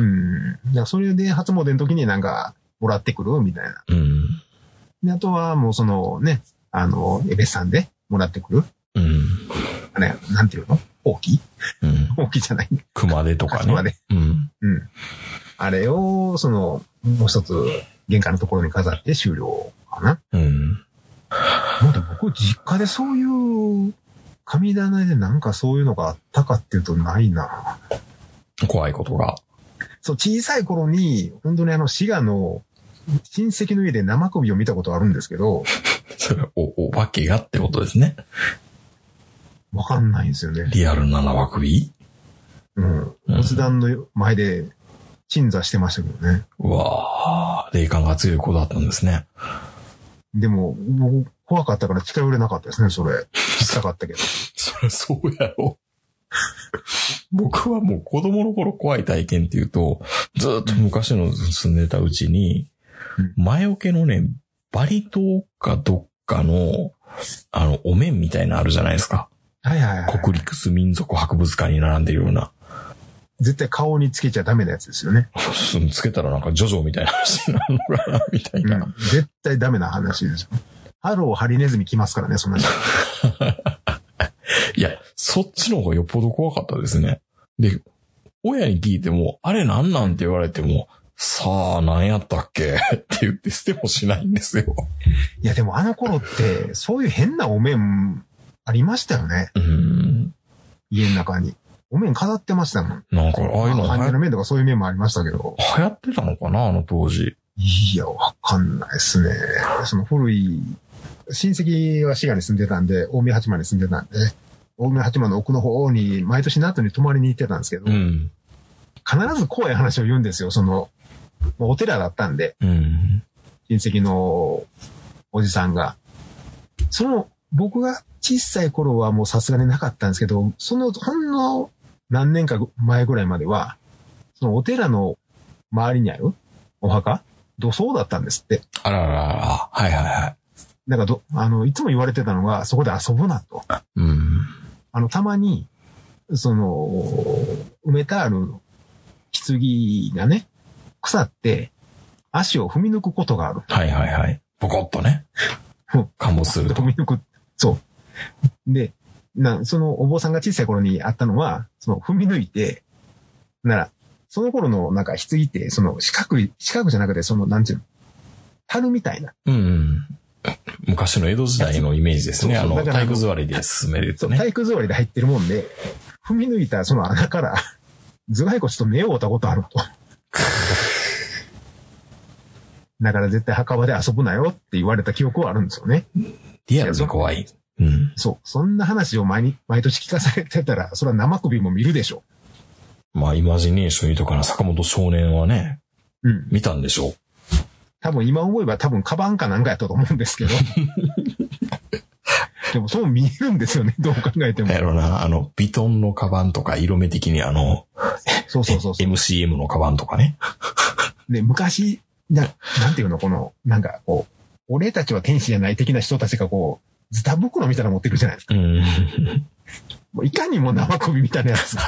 いや、それで初詣の時になんか、もらってくるみたいな。うん。で、あとはもうそのね、あの、エベスさんでもらってくる。うん。あれ、なんていうの？ほうき？うん。ほうきじゃない。 熊手とかね。 熊手。うん。うん。あれを、その、もう一つ、玄関のところに飾って終了かな。うん。なんで僕、実家でそういう神棚でなんかそういうのがあったかっていうとないな。 怖いことが。 そう、小さい頃に、本当にあの、滋賀の親戚の家で生首を見たことあるんですけど。 それ、お、お化けがってことですね。 わかんないんですよね。 リアルな生首？ うん。仏壇の前で鎮座してましたけどね。 うわぁ、霊感が強い子だったんですね。 でも、僕、怖かったから近寄れなかったですね、それ。したかったけど。 そりゃそうやろ。僕はもう子供の頃怖い体験っていうと、ずっと昔の住んでたうちに、前置けのね、バリ島かどっかの、あの、お面みたいなのあるじゃないですか。 はいはいはい。 国立民族博物館に並んでるような。 絶対顔につけちゃダメなやつですよね。 つけたらなんかジョジョみたいな話になるのかな、みたいな、うん。 絶対ダメな話ですよ。ハローハリネズミ来ますからね、そんな人。 いや、そっちの方がよっぽど怖かったですね。で、親に聞いても、あれなんなんて言われても、さあ、何やったっけって言って捨てもしないんですよ。 いや、でもあの頃って、そういう変なお面ありましたよね。うん。家の中に。お面飾ってましたもん。 なんか、ああいうの。 ハンデの面とかそういう面もありましたけど。 流行ってたのかな、あの当時。 いや、わかんないですね。その古い、親戚は滋賀に住んでたんで、大宮八幡に住んでたんで、大宮八幡の奥の方に毎年夏に泊まりに行ってたんですけど、うん、必ず怖い話を言うんですよ。その、 お寺だったんで、 うん。 親戚のおじさんが。その、僕が小さい頃はもうさすがになかったんですけど、そのほんの何年か前ぐらいまでは、そのお寺の周りにあるお墓土葬だったんですって。 あらららら。はいはいはい。 だからど、あの、いつも言われてたのが、そこで遊ぶなと。 うん。 あの、たまに、その、埋めてある棺がね、腐って、足を踏み抜くことがある。 はいはいはい。ポコッとね。陥没すると。 踏み抜く。そう。で、な、そのお坊さんが小さい頃にあったのは、その踏み抜いて、なら、その頃のなんか棺って、その四角い、四角じゃなくて、その、なんていうの、樽みたいな。 うん、うん。昔の江戸時代のイメージですね。そうそう、あの、体育座りで進めるとね。 体育座りで入ってるもんで、踏み抜いたその穴から、頭蓋骨と目を折ったことあると。だから絶対墓場で遊ぶなよって言われた記憶はあるんですよね。 リアルに怖い。うん。 そう。そんな話を毎日、毎年聞かされてたら、それは生首も見るでしょ。 まあ、イマジネーションにとかの坂本少年はね、 うん。 見たんでしょう。 多分今思えば多分カバンかなんかやったと思うんですけど。でもそう見えるんですよね。どう考えても。 やろな、あの、ビトンのカバンとか色目的にあの、 そうそうそうそう。 エムシーエム のカバンとかね。 で、昔、な、なんていうの、この、なんかこう、俺たちは天使じゃない的な人たちがこう、ズタ袋みたいなの持ってるじゃないですか。 うん。 もういかにも生首みたいなやつ。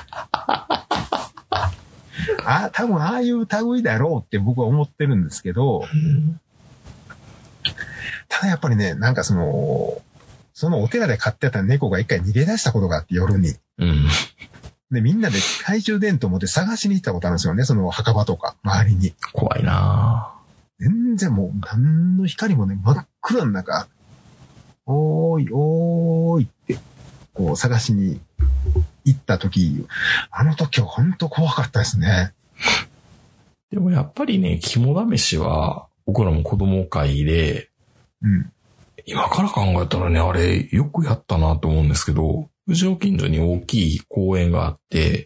あ、多分ああいう類だろうって僕は思ってるんですけど、うん、ただやっぱりね、なんかその、そのお寺で飼ってた猫が一回逃げ出したことがあって夜に。うん、で、みんなで懐中電灯持って探しに行ったことあるんですよね、その墓場とか、周りに。 怖いなぁ。 全然もう、何の光もね、真っ暗の中、おーい、おーいって、こう探しに行った時、あの時は本当怖かったですね。 でもやっぱりね、肝試しは、僕らも子供会で、うん、今から考えたらね、あれ、よくやったなと思うんですけど、うちの近所に大きい公園があって、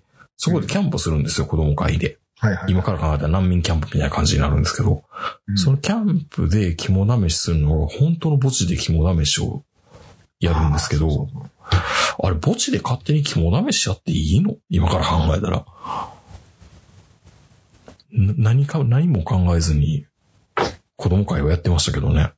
そこでキャンプするんですよ、うん、子供会で。はいはいはい、今から考えたら難民キャンプみたいな感じになるんですけど、うん、そのキャンプで肝試しするのが本当の墓地で肝試しをやるんですけど、あ, そうそうそうあれ墓地で勝手に肝試ししちゃっていいの？今から考えたら。何か、何も考えずに子供会をやってましたけどね。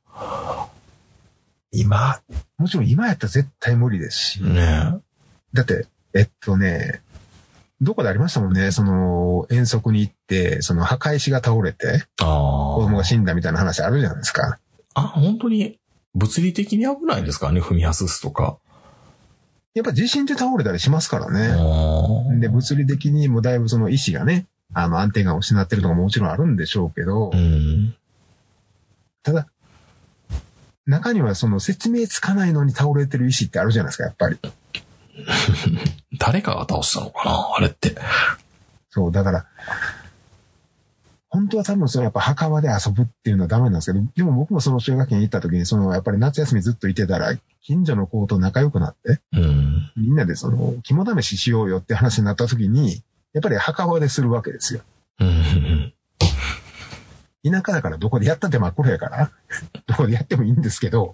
今、もちろん今やったら絶対無理ですし。 ねだって、えっとね、どこでありましたもんね、その遠足に行って、その墓石が倒れて、あ子供が死んだみたいな話あるじゃないですか。 あ、本当に物理的に危ないですかね、踏み外すとか。 やっぱ地震で倒れたりしますからね。で、物理的にもだいぶその意志がね、あの安定感を失ってるのがもちろんあるんでしょうけど、うん、ただ、中にはその説明つかないのに倒れてる意志ってあるじゃないですか、やっぱり。 誰かが倒したのかな、あれって。 そう、だから、本当は多分そのやっぱ墓場で遊ぶっていうのはダメなんですけど、でも僕もその中学園行った時に、そのやっぱり夏休みずっといてたら、近所の子と仲良くなって、うん、みんなでその肝試ししようよって話になった時に、やっぱり墓場でするわけですよ。うん、田舎だからどこでやったって真っ黒やから、どこでやってもいいんですけど、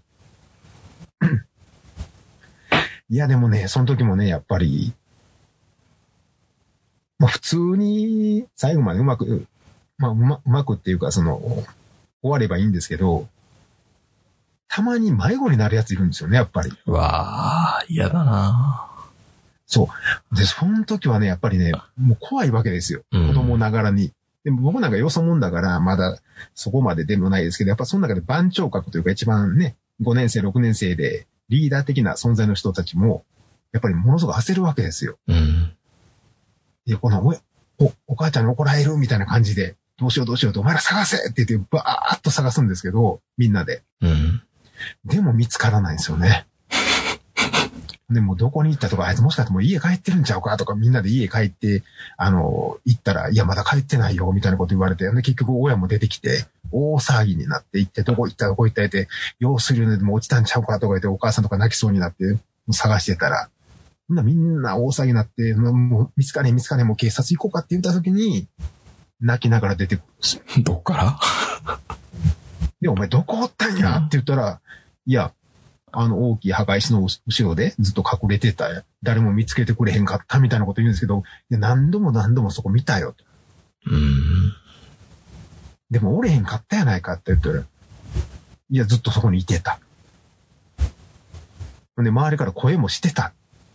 いやでもね、その時もね、やっぱり、まあ普通に最後までうまく、まあうま、うまくっていうかその、終わればいいんですけど、たまに迷子になるやついるんですよね、やっぱり。 うわー、嫌だなそう。で、その時はね、やっぱりね、もう怖いわけですよ。子供ながらに。でも僕なんかよそもんだから、まだそこまででもないですけど、やっぱその中で番長格というか一番ね、ごねん生、ろくねん生でリーダー的な存在の人たちも、やっぱりものすごく焦るわけですよ。うん。いや、この、お、お、お母ちゃんに怒られるみたいな感じで、どうしようどうしようと、お前ら探せって言って、バーッと探すんですけど、みんなで。うん。でも見つからないんですよね。でもどこに行ったとか、あいつもしかしてもう家帰ってるんちゃうかとか、みんなで家帰って、あの、行ったら、いや、まだ帰ってないよ、みたいなこと言われて、で、結局親も出てきて、大騒ぎになって行って、どこ行ったどこ行ったって、用水路でも落ちたんちゃうかとか言って、お母さんとか泣きそうになって、探してたら、みんなみんな大騒ぎになって、もう見つかれ見つかれもう警察行こうかって言った時に、 泣きながら出てくるんですよ。 どっからで、お前どこおったんやって言ったら、いや、あの大きい墓石の後ろでずっと隠れてた。誰も見つけてくれへんかったみたいなこと言うんですけど、いや何度も何度もそこ見たよと。 うーん。 でもおれへんかったやないかって言ったら、いやずっとそこにいてた。で、周りから声もしてた。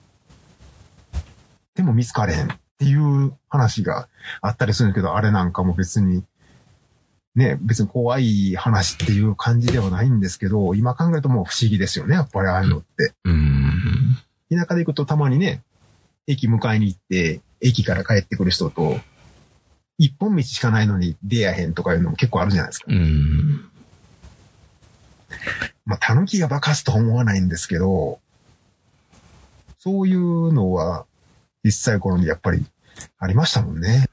でも見つかれへんっていう話があったりするんだけど、あれなんかも別に、ね、別に怖い話っていう感じではないんですけど、今考えるともう不思議ですよね、やっぱりああいうのって。 うーん。 田舎で行くとたまにね、駅迎えに行って、駅から帰ってくる人と、一本道しかないのに出会えへんとかいうのも結構あるじゃないですか。 うーん。 まあ、狸が化かすとは思わないんですけど、そういうのは、実際頃にやっぱりありましたもんね。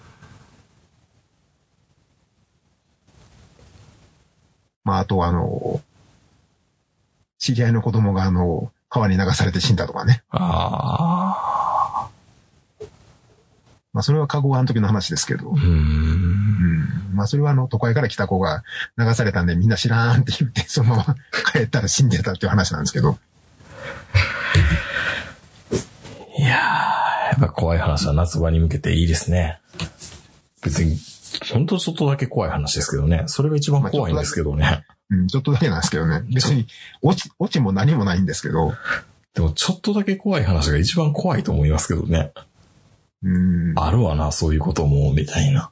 まあ、あとはあの、知り合いの子供があの、川に流されて死んだとかね。 ああ。 まあ、それは加護川の時の話ですけど。 うーん。 うん。まあ、それはあの、都会から来た子が流されたんでみんな知らんって言って、そのまま帰ったら死んでたっていう話なんですけど。 いやー、やっぱ怖い話は夏場に向けていいですね。別に、ほんとちょっとだけ怖い話ですけどね。それが一番怖いんですけどね。 うん、ちょっとだけなんですけどね。別に、落ち、落ちも何もないんですけど。 でもちょっとだけ怖い話が一番怖いと思いますけどね。 うん。 あるわな、そういうことも、みたいな。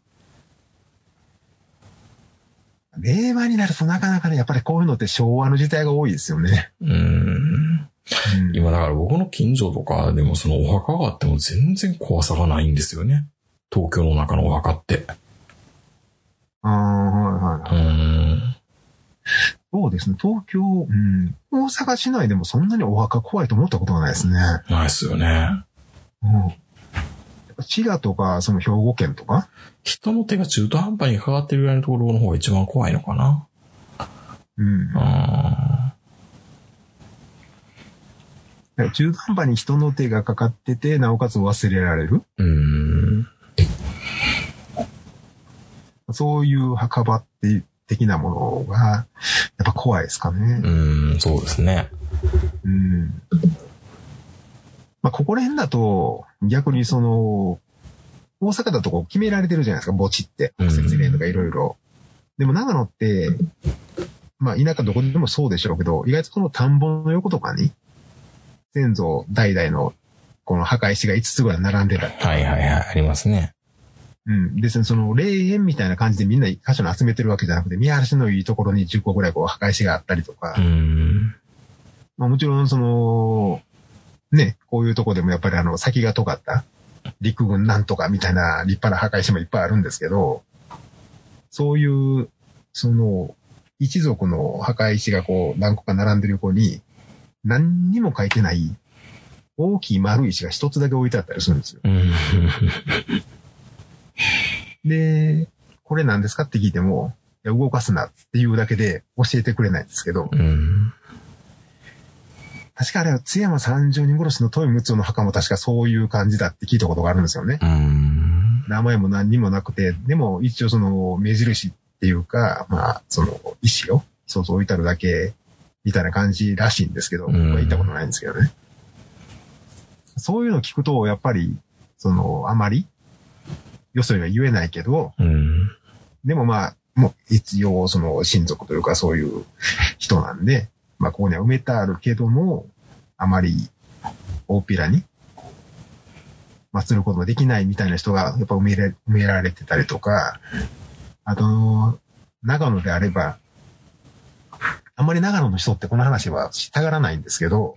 令和になるとなかなかね、やっぱりこういうのって昭和の時代が多いですよね。 うーん。うん、今だから僕の近所とかでもそのお墓があっても全然怖さがないんですよね。東京の中のお墓って。 ああ、はいはい。 うーん。 そうですね。東京、うん。大阪市内でもそんなにお墓怖いと思ったことがないですね。 ないですよね。 うん。滋賀とか、その兵庫県とか人の手が中途半端にかかってるぐらいのところの方が一番怖いのかな。 うん。 あ中途半端に人の手がかかってて、なおかつ忘れられる。 うーん。 そういう墓場って的なものが、やっぱ怖いですかね。 うーん、そうですね。 うん。まあ、ここら辺だと、逆にその、大阪だとこう決められてるじゃないですか、墓地って。設例とかいろいろ。でも長野って、まあ、田舎どこでもそうでしょうけど、意外とこの田んぼの横とかに、先祖代々のこの墓石がいつつぐらい並んでた。 はいはいはい、ありますね。 うん。ですね、その霊園みたいな感じでみんな一箇所に集めてるわけじゃなくて、見晴らしのいいところにじゅっこぐらいこう墓石があったりとか。 うーん。 まあもちろんその、ね、こういうとこでもやっぱりあの先が尖った陸軍なんとかみたいな立派な墓石もいっぱいあるんですけど、そういう、その、一族の墓石がこう何個か並んでる横に、何にも書いてない大きい丸い石が一つだけ置いてあったりするんですよ。で、これ何ですかって聞いても、いや動かすなっていうだけで教えてくれないんですけど、 うん、 確かあれは津山三十人殺しの豊光雄の墓も確かそういう感じだって聞いたことがあるんですよね。 うん、 名前も何にもなくて、でも一応その目印っていうか、まあその石を一つ置いてあるだけみたいな感じらしいんですけど、僕は行ったことないんですけどね。そういうの聞くと、やっぱり、その、あまり、よそには言えないけど、 うん、 でもまあ、もう一応その親族というかそういう人なんで、まあここには埋めてあるけども、あまり大っぴらに祀ることができないみたいな人がやっぱ埋められ、埋められてたりとか、あと、長野であれば、あんまり長野の人ってこの話はしたがらないんですけど、 うん、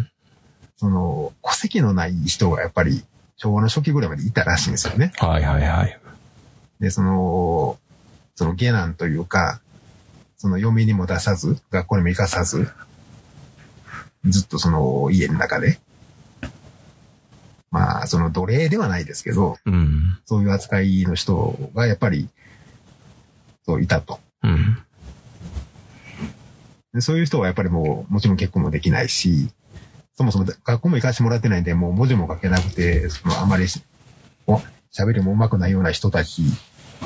その戸籍のない人がやっぱり昭和の初期ぐらいまでいたらしいんですよね。 はいはいはい。 で、その、その下男というか、その嫁にも出さず、学校にも行かさず、ずっとその家の中で、まあ、その奴隷ではないですけど、 うん、 そういう扱いの人がやっぱり、そういたと。 うん、 でそういう人はやっぱりもう、もちろん結婚もできないし、そもそも学校も行かしてもらってないんで、もう文字も書けなくて、そのあまり、喋りも上手くないような人たち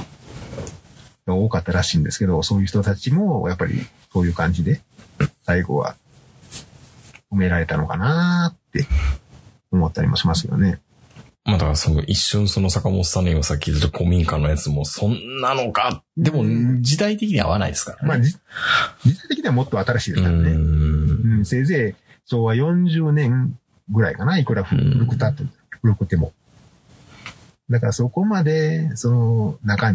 が多かったらしいんですけど、そういう人たちもやっぱりそういう感じで最後は埋められたのかなって思ったりもしますよね。 まあだからその一瞬その坂本さんの今さっき言った古民家のやつもそんなのか。でも時代的には合わないですからね。 まあ時代的にはもっと新しいですからね。うん、うん、せいぜいしょうわよんじゅうねんぐらいかな、いくら古くたって、古くても。だからそこまでその中に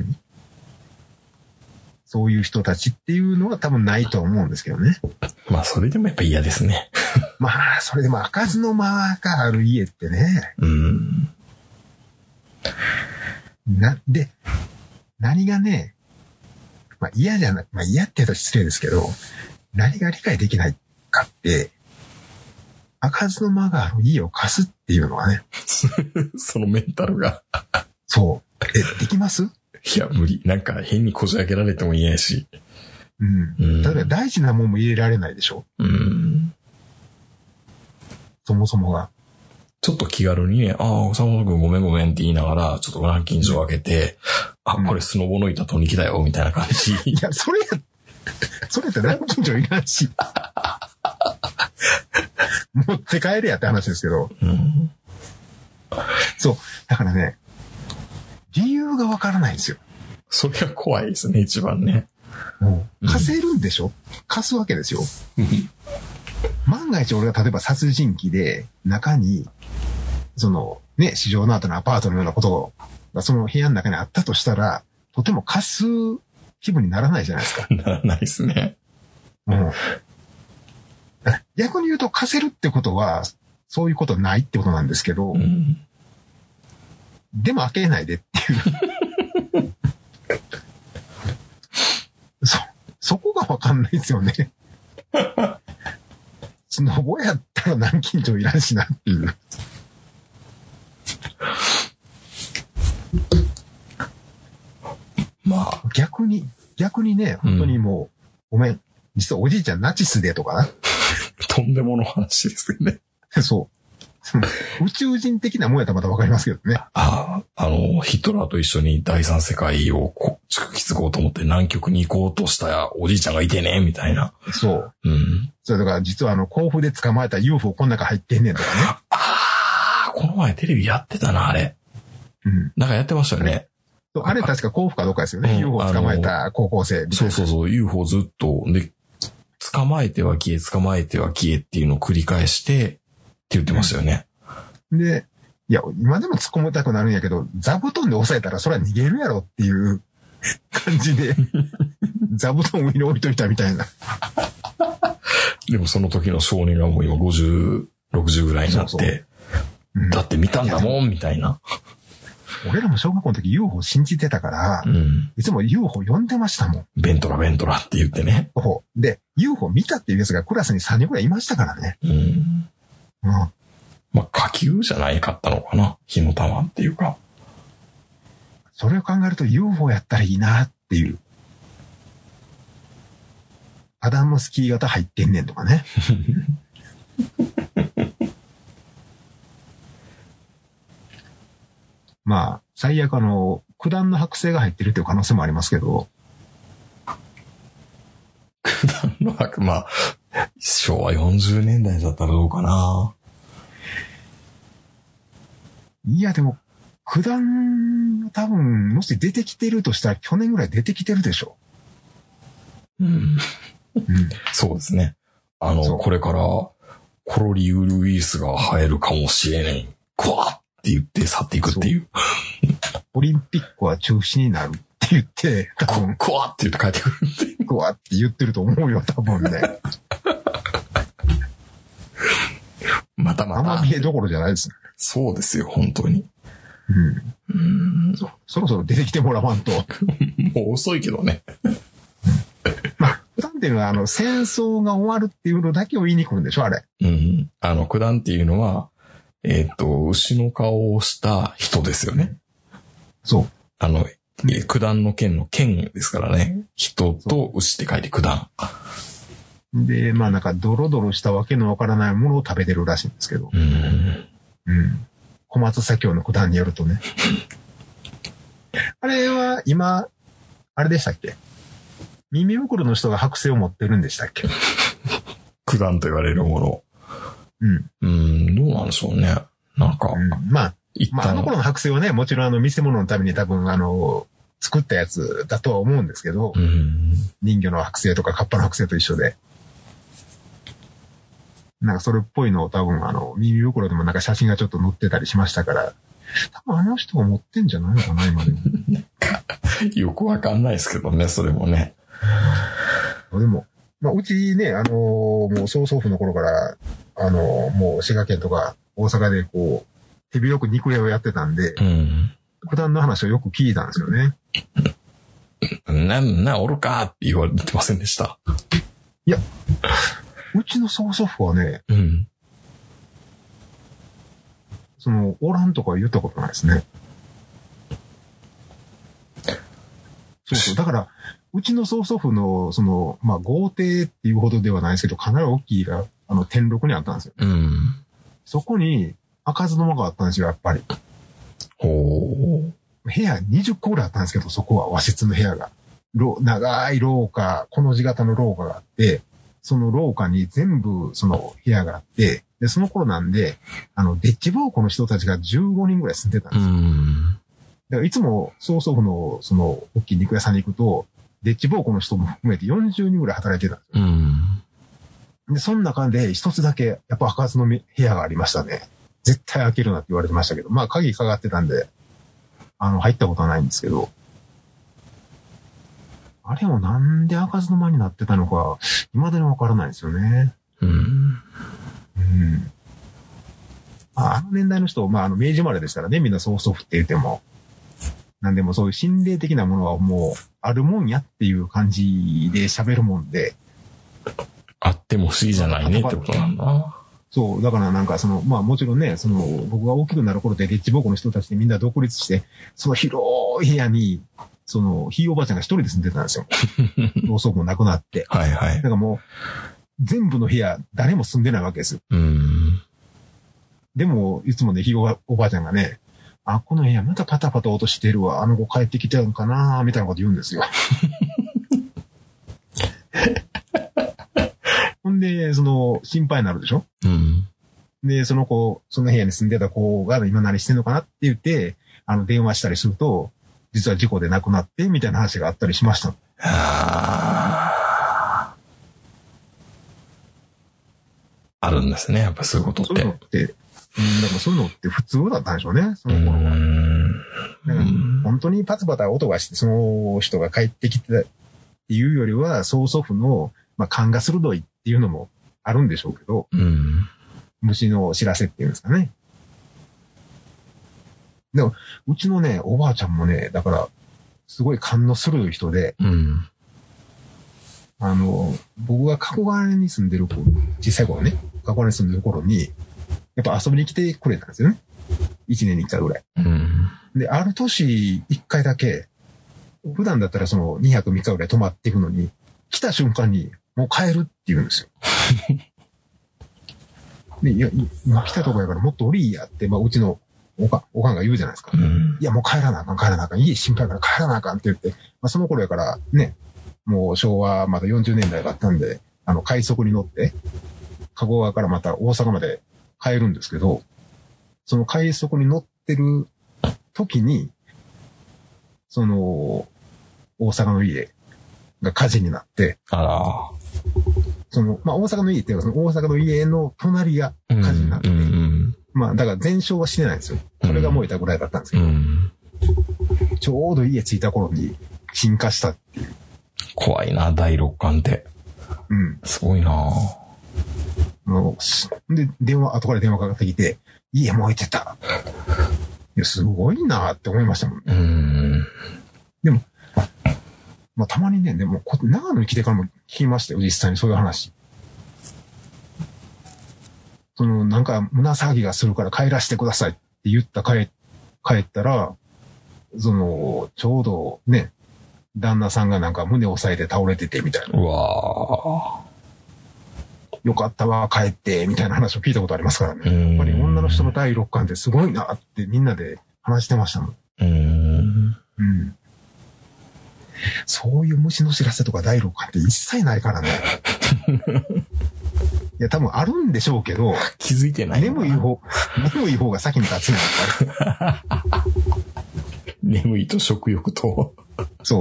そういう人たちっていうのは多分ないと思うんですけどね。 まあそれでもやっぱ嫌ですね。 まあそれでも開かずの間がある家ってね。 うん。 な、で、何がね、まあ嫌じゃない、まあ嫌って言うと失礼ですけど、何が理解できないかって、開かずの間がある家を貸すっていうのはね。 そのメンタルが。 そう。え、できます？ いや、無理。なんか変にこじ開けられても嫌やし。 うん。うん、例えば大事なもんも入れられないでしょ。 うん。 そもそもが。 ちょっと気軽にね、ああ、佐本くんごめんごめんって言いながら、ちょっとランキングを開けて、うん、あ、これスノボの板取りに来たよ、みたいな感じ。 いや、それや、それってランキングいらんし。持って帰れやって話ですけど。うん、そう。だからね、理由がわからないんですよ。 それが怖いですね、一番ね。 もう貸せるんでしょ、うん、貸すわけですよ。万が一俺が例えば殺人鬼で中に、そのね、市場の後のアパートのようなことがその部屋の中にあったとしたら、とても貸す気分にならないじゃないですか。 ならないですね。 うん。逆に言うと貸せるってことは、そういうことないってことなんですけど、うん、でも開けないでっていう。そ、そこがわかんないですよね。スノボやったら南京錠いらんしなっていう。まあ。逆に、逆にね、本当にもう、うん、ごめん。実はおじいちゃんナチスでとかな。 とんでもの話ですよね。 そう。宇宙人的なもんやったらまたわかりますけどね。 ああ、あの、ヒトラーと一緒に第三世界をこ築き継ごうと思って南極に行こうとしたおじいちゃんがいてね、みたいな。 そう。 うん。 それだから実はあの、甲府で捕まえた ユーフォー この中入ってんねんとかね。 ああ、この前テレビやってたな、あれ。うん。なんかやってましたよね。 あれ確か甲府かどうかですよね。うん、ユーフォー 捕まえた高校生みたいな。 そうそうそう、ユーフォー ずっと、で、捕まえては消え、捕まえては消えっていうのを繰り返して、って言ってましたよね。 うん、で、いや、今でも突っ込みたくなるんやけど、座布団で押さえたらそれは逃げるやろっていう感じで、座布団上に置いといたみたいな。 でもその時の少年がもう今ごじゅう、ろくじゅうぐらいになって、そうそう、うん、だって見たんだもん、みたいな。 俺らも小学校の時 ユーフォー 信じてたから、うん、いつも ユーフォー 呼んでましたもん。 ベントラベントラって言ってね。 で、ユーフォー 見たっていうやつがクラスにさんにんくらいいましたからね。うん。うん。 まあ、火球じゃないかったのかな。火の玉っていうか。 それを考えると ユーフォー やったらいいなっていう。アダムスキー型入ってんねんとかね。まあ、最悪あの、九段の剥製が入ってるっていう可能性もありますけど。 九段の剥、まあ、しょうわよんじゅうねんだいだったらどうかな。 いや、でも、九段、多分、もし出てきてるとしたら去年ぐらい出てきてるでしょ。 うん。うん、そうですね。あの、これから、コロリウルイスが生えるかもしれない。クワッって言って去っていくっていう。 オリンピックは中止になるって言って、 多分クワッって言って帰ってくるって。 クワッって言ってると思うよ、多分ね。 またまた。 生見えどころじゃないですね。 そうですよ、本当に。 うん。うん そ, そろそろ出てきてもらわんと。 もう遅いけどね。 まあ、九段っていうのは、あの、戦争が終わるっていうのだけを言いに来るんでしょ、あれ。 うん。あの、九段っていうのは、えっと、牛の顔をした人ですよね。 そう。 あの、九段の剣の剣ですからね。人と牛って書いて九段。 で、まあなんかドロドロしたわけのわからないものを食べてるらしいんですけど。うん。うん。小松左京の九段によるとね。あれは今、 あれでしたっけ？耳袋の人が剥製を持ってるんでしたっけ？ 九段と言われるもの。 うん。 うん、どうなんでしょうね。なんか。うん、 まあ、まあ、あの頃の剥製はね、もちろんあの見せ物のために多分あの、作ったやつだとは思うんですけど、うん、人魚の剥製とかカッパの剥製と一緒で。なんかそれっぽいのを多分あの、耳袋でもなんか写真がちょっと載ってたりしましたから、多分あの人が持ってんじゃないのかな、今でも。 よくわかんないですけどね、それもね。 でも、まあ、うちね、あのー、もう曽祖父の頃から、あのー、もう滋賀県とか大阪でこう、手広く肉屋をやってたんで、うん、九段の話をよく聞いたんですよね。 な、な、おるかって言われてませんでした。 いや、うちの曽祖父はね、うん、その、おらんとか言ったことないですね。そうそう。だから、うちの曽祖父の、その、まあ、豪邸っていうほどではないですけど、かなり大きいが、あの、天禄にあったんですよ。うん。そこに、開かずの間があったんですよ、やっぱり。ほう。部屋にじゅっこぐらいあったんですけど、そこは和室の部屋が。長い廊下、この字型の廊下があって、その廊下に全部、その部屋があって、で、その頃なんで、あの、デッチ奉公の人たちがじゅうごにんぐらい住んでたんですよ。うん。だからいつも、曽祖父の、その、大きい肉屋さんに行くと、デッチ奉公の人も含めてよんじゅうにんぐらい働いてたんですよ。うん。で、その中で一つだけ、やっぱ開かずの部屋がありましたね。絶対開けるなって言われてましたけど、まあ、鍵かかってたんで、あの、入ったことはないんですけど、あれもなんで開かずの間になってたのか、未だにわからないんですよね。うん。うん。あの年代の人、まあ、あの、明治生まれですからね、みんな曽祖父って言っても。なんでもそういう心霊的なものはもう、あるもんやっていう感じで喋るもんで。 あっても不思議じゃないねってことなんだ。 そう、だからなんかその、まあもちろんね、その、僕が大きくなる頃でデッチ奉公の人たちでみんな独立して、その広い部屋に、その、ひいおばあちゃんが一人で住んでたんですよ。曽祖父も亡くなって。はいはい。だからもう、全部の部屋、誰も住んでないわけですよ。うん。でも、いつもね、ひいおばあちゃんがね、あ、この部屋またパタパタ音してるわ。あの子帰ってきてるのかなみたいなこと言うんですよ。ほんで、その、心配になるでしょ？うん。で、その子、その部屋に住んでた子が今何してんのかなって言って、あの、電話したりすると、実は事故で亡くなって、みたいな話があったりしました。 ああるんですね。やっぱそういうことって。そういうのって、 うん、だからそういうのって普通だったんでしょうね、その頃は。だから本当にパタパタ音がして、その人が帰ってきてたっていうよりは、曽祖父の、まあ、勘が鋭いっていうのもあるんでしょうけど、うん、虫の知らせっていうんですかね。でも、うちのね、おばあちゃんもね、だから、すごい勘の鋭い人で、うん、あの、僕が加古川に住んでる頃、小さい頃ね、加古川に住んでる頃に、やっぱ遊びに来てくれたんですよね。一年に一回ぐらい。うん、で、ある年一回だけ、普段だったらそのにはくみっかぐらい泊まっていくのに、来た瞬間にもう帰るって言うんですよ。で、いや、今来たとこやからもっとおりいやって、まあうちのおかん、おかんが言うじゃないですか。うん、いや、もう帰らなあかん、帰らなあかん。家心配から帰らなあかんって言って、まあその頃やからね、もう昭和まだよんじゅうねんだいだったんで、あの快速に乗って、加古川からまた大阪まで帰るんですけど、その快速に乗ってる時に、その、大阪の家が火事になって、あら。その、まあ、大阪の家っていうか、その大阪の家の隣が火事になって、うんうん、まあ、だから全焼はしてないんですよ。それが燃えたぐらいだったんですけど、うん、ちょうど家着いた頃に鎮火したっていう。 怖いな、第六感って。うん。すごいな。 で、電話、後から電話かかってきて、家燃えてた。いや、すごいなって思いましたもんね。うん。でも、まあ、たまにね、でも、長野に来てからも聞きましたよ、実際にそういう話。その、なんか、胸騒ぎがするから帰らせてくださいって言った帰、帰ったら、その、ちょうどね、旦那さんがなんか胸を押さえて倒れててみたいな。うわー。よかったわ、帰って、みたいな話を聞いたことありますからね。やっぱり女の人の第六感ってすごいなってみんなで話してましたもん。うーん。うん。 そういう虫の知らせとか第六感って一切ないからね。いや、多分あるんでしょうけど、 気づいてない。 眠い方、眠い方が先に立つんだ眠いと食欲と。 そう。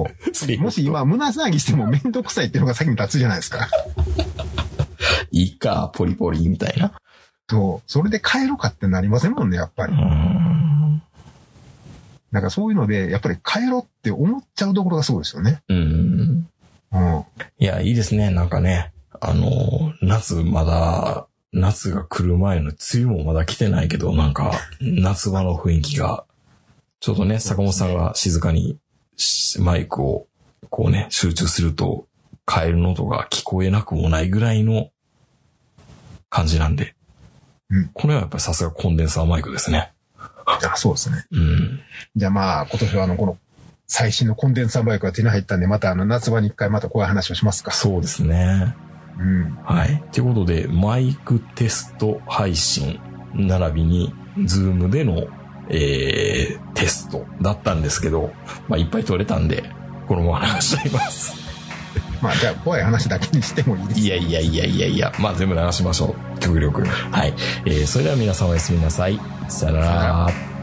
もし今胸騒ぎしてもめんどくさいっていうのが先に立つじゃないですか。 いいか、ポリポリみたいな。 そう。それで帰ろうかってなりませんもんね、やっぱり。うーん。なんかそういうので、やっぱり帰ろうって思っちゃうところがすごいですよね。 うん。うん。いや、いいですね。なんかね、あの、夏まだ、夏が来る前の梅雨もまだ来てないけど、なんか、夏場の雰囲気が、ちょうどね、坂本さんが静かにマイクをこうね、集中すると、カエルの音が聞こえなくもないぐらいの感じなんで。うん。これはやっぱりさすがコンデンサーマイクですね。 あ、そうですね。 うん。 じゃあまあ、今年はあの、この、最新のコンデンサーマイクが手に入ったんで、またあの、夏場に一回またこういう話をしますか。 そうですね。 うん。 はい。ということで、マイクテスト配信、並びに、ズームでの、えー、テストだったんですけど、まあ、いっぱい取れたんで、このまま話しちゃいます。 まあ、じゃあ、怖い話だけにしてもいいですか。 いやいやいやいやいや、まあ、全部流しましょう。極力。はい。えー、それでは皆さんおやすみなさい。さよなら。